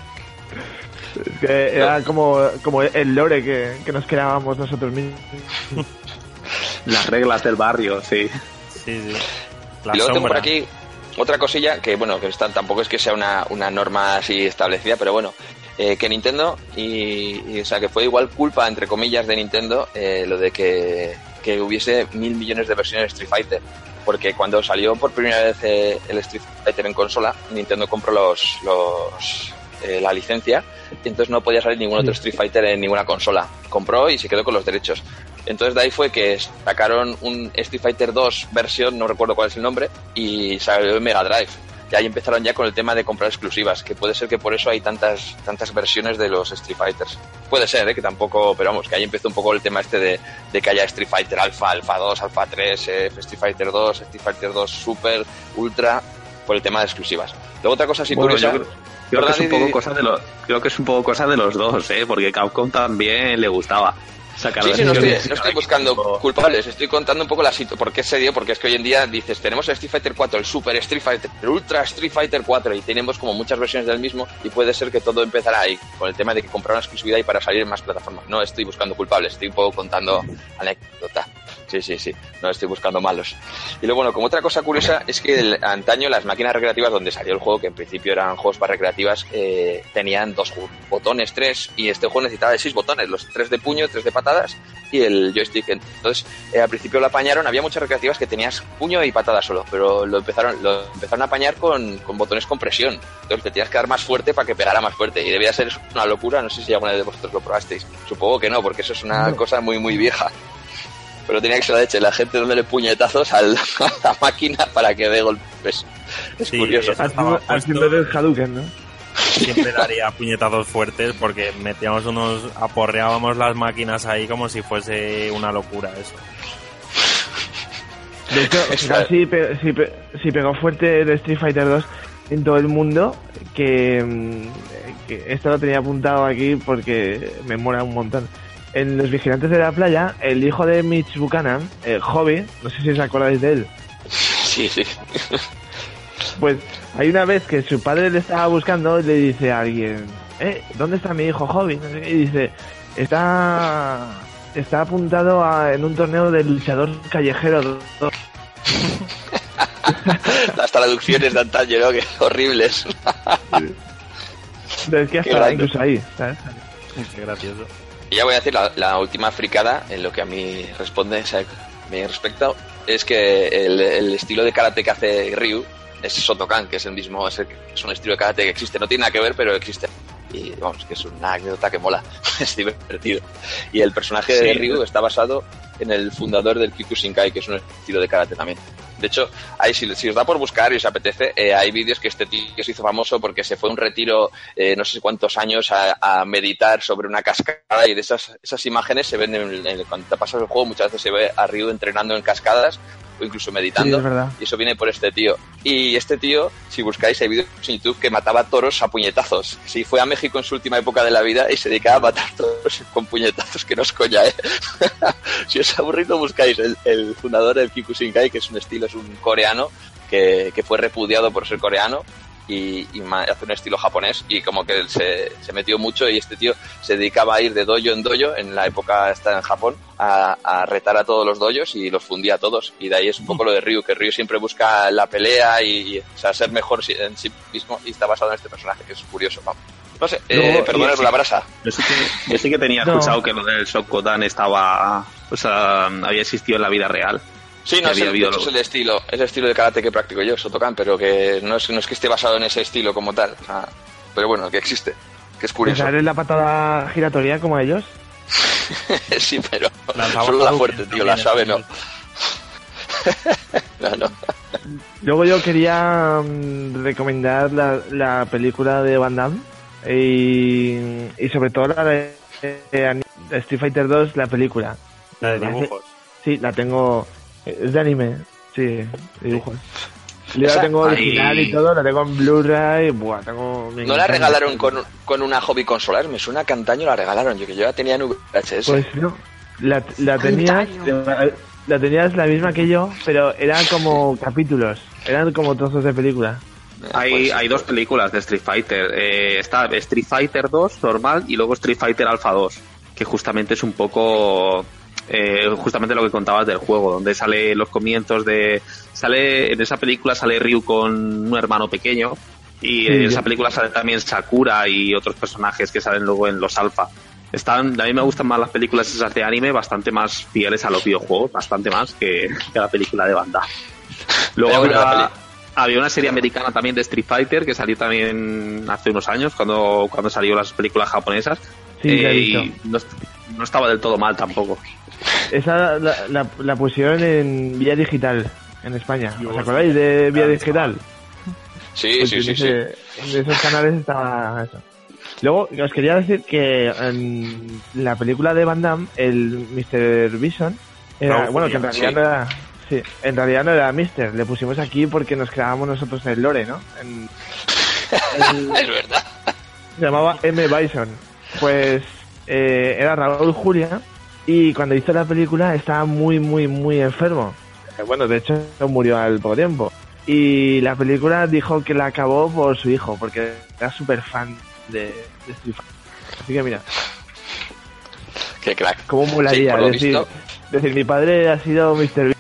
Es que era como el lore que nos creábamos nosotros mismos. Las reglas del barrio, sí. Sí. Y luego tengo por aquí otra cosilla que, bueno, que tampoco es que sea una norma así establecida, pero bueno, que Nintendo, y o sea, que fue igual culpa, entre comillas, de Nintendo, lo de que hubiese 1.000 millones de versiones de Street Fighter. Porque cuando salió por primera vez el Street Fighter en consola, Nintendo compró la licencia, y entonces no podía salir ningún otro Street Fighter en ninguna consola. Compró y se quedó con los derechos. Entonces de ahí fue que sacaron un Street Fighter 2 versión, no recuerdo cuál es el nombre, y salió en Mega Drive. Y ahí empezaron ya con el tema de comprar exclusivas, que puede ser que por eso hay tantas versiones de los Street Fighters. Puede ser, que tampoco, pero vamos, que ahí empezó un poco el tema este de que haya Street Fighter Alpha, Alpha 2, Alpha 3, Street Fighter 2, Street Fighter 2 Super, Ultra, por el tema de exclusivas. Luego otra cosa así curiosa... Creo que es un poco cosa de los dos, porque Capcom también le gustaba sacar. Sí, no estoy buscando culpables, estoy contando un poco la situación, por qué se dio, porque es que hoy en día dices, tenemos el Street Fighter 4, el Super Street Fighter, el Ultra Street Fighter 4, y tenemos como muchas versiones del mismo, y puede ser que todo empezará ahí, con el tema de que compraron exclusividad y para salir en más plataformas. No estoy buscando culpables, estoy un poco contando anécdota. Sí, no estoy buscando malos. Y luego, bueno, como otra cosa curiosa es que antaño las máquinas recreativas donde salió el juego, que en principio eran juegos para recreativas, tenían 2 botones, 3, y este juego necesitaba de 6 botones, los 3 de puño, 3 de patadas y el joystick. Entonces, al principio lo apañaron, había muchas recreativas que tenías puño y patada solo, pero lo empezaron a apañar con botones con presión. Entonces te tenías que dar más fuerte para que pegara más fuerte, y debía ser una locura. No sé si alguna de vosotros lo probasteis. Supongo que no, porque eso es una cosa muy, muy vieja. Pero tenía que ser la leche, la gente dándole puñetazos a la máquina para que dé golpes. Es curioso. Haciendo el Hadouken, ¿no? Siempre daría puñetazos fuertes porque aporreábamos las máquinas ahí como si fuese una locura eso. De hecho, si pegó fuerte el Street Fighter 2 en todo el mundo, que esto lo tenía apuntado aquí porque me mola un montón. En Los Vigilantes de la Playa, el hijo de Mitch Buchanan, Hobby, no sé si os acordáis de él. Sí. Pues hay una vez que su padre le estaba buscando y le dice a alguien, ¿dónde está mi hijo Hobby? Y dice, está apuntado en un torneo de luchador callejero. Las traducciones de antaño, ¿no? Que horribles. Es que hasta incluso ahí, ¿sabes? Qué gracioso. Y ya voy a decir la última fricada en lo que a mí me respecta, es que el estilo de karate que hace Ryu es Shotokan, que es el mismo, es un estilo de karate que existe, no tiene nada que ver, pero existe. Y vamos, que es una anécdota que mola, es divertido. Y el personaje de Ryu está basado en el fundador del Kyokushinkai, que es un estilo de karate también. De hecho, si os da por buscar y os apetece, hay vídeos que este tío se hizo famoso porque se fue a un retiro, no sé cuántos años, a meditar sobre una cascada, y de esas imágenes se ven cuando te pasas el juego, muchas veces se ve a Ryu entrenando en cascadas o incluso meditando, Sí, es verdad. y eso viene por este tío. Y este tío, si buscáis, hay vídeos en YouTube que mataba toros a puñetazos. Sí, fue a México en su última época de la vida y se dedicaba a matar toros con puñetazos, que no es coña, ¿eh? Si os aburrido, buscáis el fundador del Kyokushinkai, que es un coreano que fue repudiado por ser coreano y hace un estilo japonés, y como que se metió mucho, y este tío se dedicaba a ir de dojo en dojo en la época esta en Japón a retar a todos los dojos y los fundía a todos, y de ahí es un poco lo de Ryu, que Ryu siempre busca la pelea y o sea, ser mejor en sí mismo, y está basado en este personaje, que es curioso, vamos. No sé, perdona por la brasa. Yo sí que tenía escuchado que lo del Shokodan había existido en la vida real. Sí, no, es el estilo de karate que practico yo, Shotokan, pero que no es que esté basado en ese estilo como tal, o sea, pero bueno, que existe, que es curioso. ¿Usar la patada giratoria como ellos? Sí, pero solo la fuerte, tío, la sabe, no. No. Luego yo quería recomendar la película de Van Damme y sobre todo la de Street Fighter 2, la película. La de dibujos. Sí, la tengo. Es de anime, sí, dibujos. Yo la tengo original y todo, la tengo en Blu-ray. Buah, ¿No la regalaron con una hobby consolas? Me suena que antaño la regalaron, yo la tenía en VHS. Pues no, la tenías la misma que yo, pero eran como capítulos, eran como trozos de película. Hay dos películas de Street Fighter. Está Street Fighter 2 normal y luego Street Fighter Alpha 2, que justamente es un poco justamente lo que contabas del juego, donde sale los comienzos en esa película sale Ryu con un hermano pequeño, y en esa película sale también Sakura y otros personajes que salen luego en los Alpha. A mí me gustan más las películas esas de anime, bastante más fieles a los videojuegos, bastante más que la película de Van Damme. Luego había una serie americana también de Street Fighter que salió también hace unos años, cuando salió las películas japonesas. Sí, y no estaba del todo mal tampoco. Esa la pusieron en Vía Digital en España. ¿Os acordáis de Vía Digital? Sí, Pues sí. En esos canales estaba eso. Luego, os quería decir que en la película de Van Damme, el Mr. Bison, que en realidad no era... Sí, en realidad no era Mister, le pusimos aquí porque nos creábamos nosotros el lore, ¿no? Es verdad. Se llamaba M. Bison. Pues era Raúl Julia, y cuando hizo la película estaba muy, muy, muy enfermo. Bueno, de hecho murió al poco tiempo. Y la película dijo que la acabó por su hijo, porque era súper fan de Street Fighter. Así que mira. Qué crack. ¿Cómo molaría decir mi padre ha sido Mr.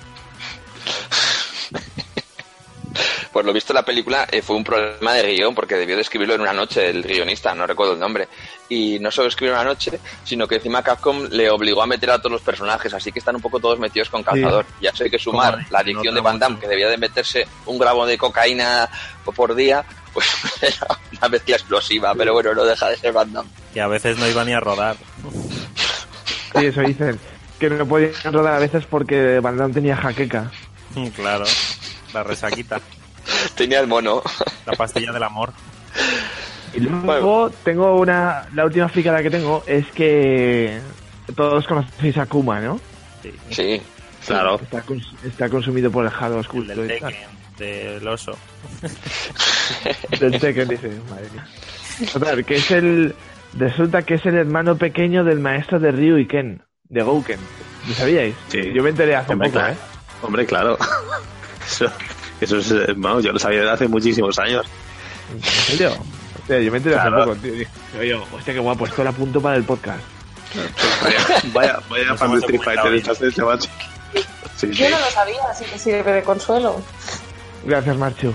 Por lo visto la película fue un problema de guión, porque debió de escribirlo en una noche el guionista, no recuerdo el nombre, y no solo escribió en una noche, sino que encima Capcom le obligó a meter a todos los personajes, así que están un poco todos metidos con calzador. Sí. Ya sé que sumar la adicción de Van Damme, que debía de meterse un gramo de cocaína por día, pues era una mezcla explosiva, pero bueno, no deja de ser Van Damme. Que a veces no iba ni a rodar. Sí, eso dicen, que no podían rodar a veces porque Van Damme tenía jaqueca. Claro, la resaquita. Tenía el mono. La pastilla del amor. Y luego tengo la última fricada que tengo es que todos conocéis a Akuma, ¿no? Sí, claro. Está consumido por el Halo School. Del Tekken, del oso. Del Tekken, dice, madre mía. Total, que resulta que es el hermano pequeño del maestro de Ryu y Ken, de Gouken. ¿Lo sabíais? Sí. Yo me enteré hace poco, claro. Hombre, claro. Eso es, bueno, yo lo sabía desde hace muchísimos años. ¿En serio? Hostia, yo me enteré hace poco, tío. Yo, hostia, qué guapo, esto lo apunto para el podcast. Vaya fan de Street Fighter ese macho. Sí, yo no lo sabía, así que sirve de consuelo. Gracias, Marchu.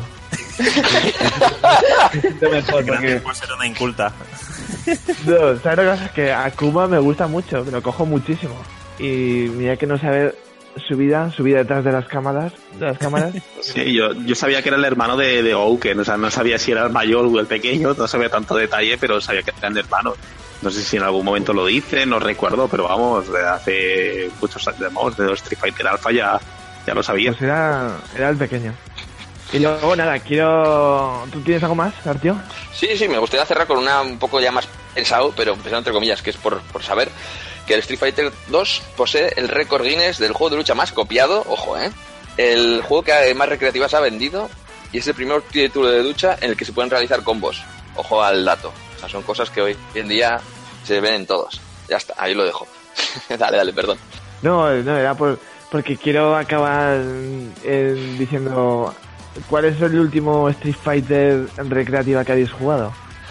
Gracias por ser una inculta. No, ¿sabes lo que pasa? Es que Akuma me gusta mucho, me lo cojo muchísimo. Y mira que no sabe su vida detrás de las cámaras. Sí, yo sabía que era el hermano de Gouken, o sea, no sabía si era el mayor o el pequeño, no sabía tanto detalle, pero sabía que eran hermanos. No sé si en algún momento lo dice, no recuerdo, pero vamos, de hace muchos años, de Street Fighter Alpha ya ya lo sabía. Pues era el pequeño. Y luego, nada, ¿tú tienes algo más, Artio? Sí, me gustaría cerrar con una un poco ya más pensado, pero pensado entre comillas, que es por saber que el Street Fighter 2 posee el récord Guinness del juego de lucha más copiado, ojo, el juego que más recreativas ha vendido, y es el primer título de lucha en el que se pueden realizar combos. Ojo al dato. O sea, son cosas que hoy en día se ven en todos. Ya está, ahí lo dejo. Dale, perdón. No, era porque quiero acabar diciendo ¿cuál es el último Street Fighter en recreativa que habéis jugado?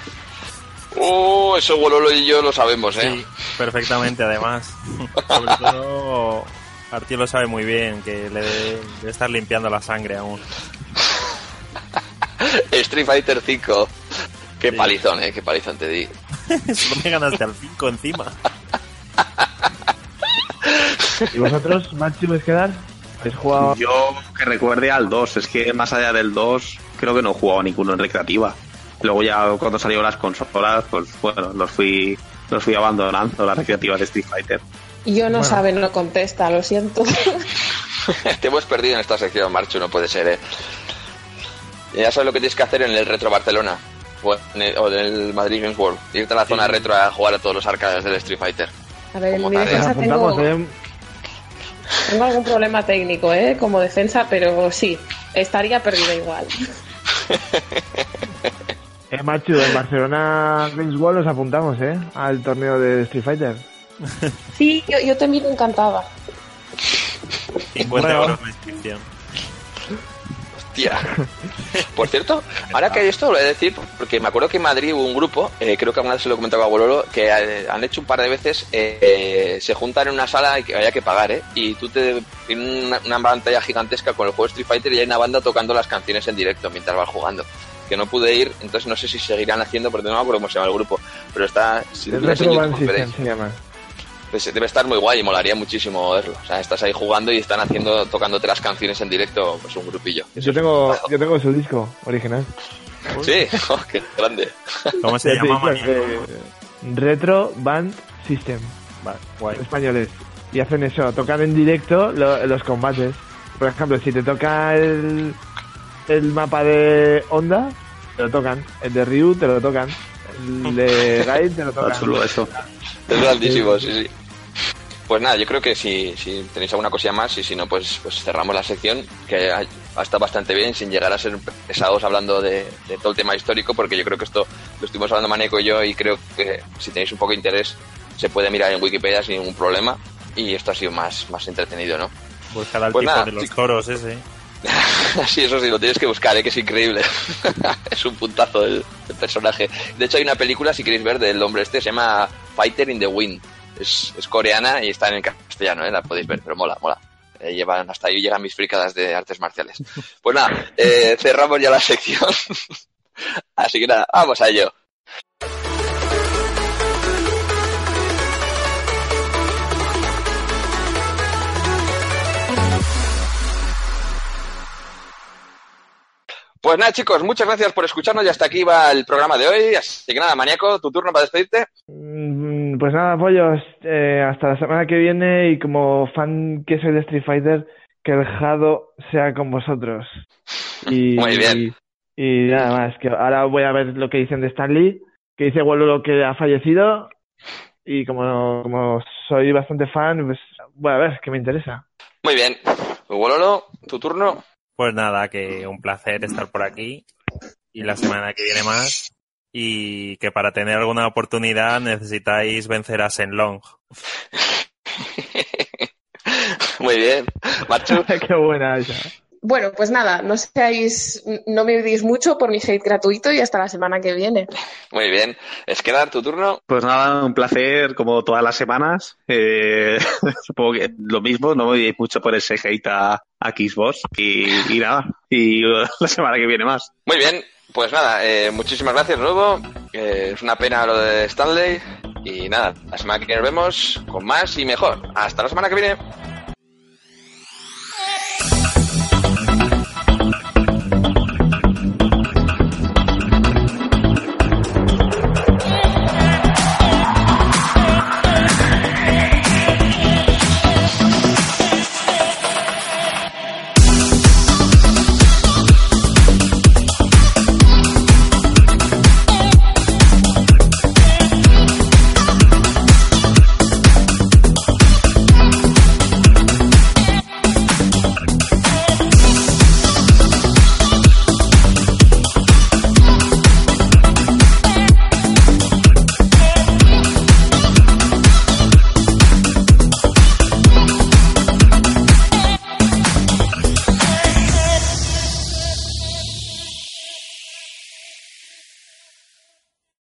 Eso Wololo y yo lo sabemos, Sí, perfectamente, además. Sobre todo, Artio lo sabe muy bien, que le debe estar limpiando la sangre aún. Street Fighter 5. Qué palizón, qué palizón te di. Solo me ganaste al 5 encima. ¿Y vosotros, Machi, vais a quedar? ¿Habéis jugado? Yo que recuerde al 2, es que más allá del 2 creo que no he jugado ninguno en recreativa. Luego ya cuando salieron las consolas, pues bueno, los fui abandonando las recreativas de Street Fighter. Y yo no sabe, no contesta, lo siento. Te hemos perdido en esta sección, Marchu, no puede ser, Ya sabes lo que tienes que hacer en el Retro Barcelona o en el Madrid Games World. Irte a la zona retro a jugar a todos los arcades del Street Fighter. A ver, en mi tarea. defensa Apuntamos, tengo algún problema técnico, como defensa, pero sí, estaría perdida igual. Machu, en Barcelona Games World nos apuntamos, al torneo de Street Fighter. Sí, yo te miro encantada. 50 euros de inscripción. Hostia. Por cierto, ahora que hay esto, lo voy a decir, porque me acuerdo que en Madrid hubo un grupo, creo que alguna vez se lo comentaba a Bololo, que han hecho un par de veces, se juntan en una sala y que había que pagar, y tú tienes una pantalla gigantesca con el juego Street Fighter y hay una banda tocando las canciones en directo mientras vas jugando. Que no pude ir, entonces no sé si seguirán haciendo, porque no me acuerdo cómo se llama el grupo, pero está... Si el Retro Band System se llama. Pues debe estar muy guay y molaría muchísimo verlo. O sea, estás ahí jugando y están tocándote las canciones en directo, pues un grupillo. Yo tengo su disco original. Sí, qué grande. ¿Cómo se llama, Maníaco? Retro Band System. Vale, guay. Españoles. Y hacen eso, tocan en directo los combates. Por ejemplo, si te toca el mapa de Honda, te lo tocan. El de Ryu, te lo tocan. El de Gail, te lo tocan. Está chulo eso. Es grandísimo, sí. Pues nada, yo creo que si tenéis alguna cosilla más y si no, pues cerramos la sección, que ha estado bastante bien, sin llegar a ser pesados hablando de todo el tema histórico, porque yo creo que esto lo estuvimos hablando Maneco y yo, y creo que si tenéis un poco de interés se puede mirar en Wikipedia sin ningún problema, y esto ha sido más entretenido, ¿no? Buscar al Pues tipo nada, de los toros ese. Sí, eso sí, lo tienes que buscar, que es increíble. Es un puntazo el personaje. De hecho hay una película, si queréis ver, del hombre se llama Fighter in the Wind. Es coreana y está en castellano, la podéis ver, pero mola. Hasta ahí llegan mis fricadas de artes marciales. Pues nada, cerramos ya la sección. Así que nada, vamos a ello. Pues nada, chicos, muchas gracias por escucharnos y hasta aquí va el programa de hoy. Así que nada, Maníaco, tu turno para despedirte. Pues nada, pollos, hasta la semana que viene, y como fan que soy de Street Fighter, que el Jado sea con vosotros. Muy bien. Y nada más, que ahora voy a ver lo que dicen de Stan Lee, que dice Wololo que ha fallecido, y como soy bastante fan, pues voy a ver, que me interesa. Muy bien. Wololo, tu turno. Pues nada, que un placer estar por aquí, y la semana que viene más, y que para tener alguna oportunidad necesitáis vencer a Shenlong. Muy bien. Marchu. Qué buena esa. Bueno, pues nada, no me odiéis mucho por mi hate gratuito y hasta la semana que viene. Muy bien. Esquedar, tu turno. Pues nada, un placer como todas las semanas. Supongo que lo mismo, no me odiéis mucho por ese hate a Xbox y nada. Y la semana que viene más. Muy bien. Pues nada, muchísimas gracias de nuevo. Es una pena lo de Stanley. Y nada, la semana que viene nos vemos con más y mejor. Hasta la semana que viene.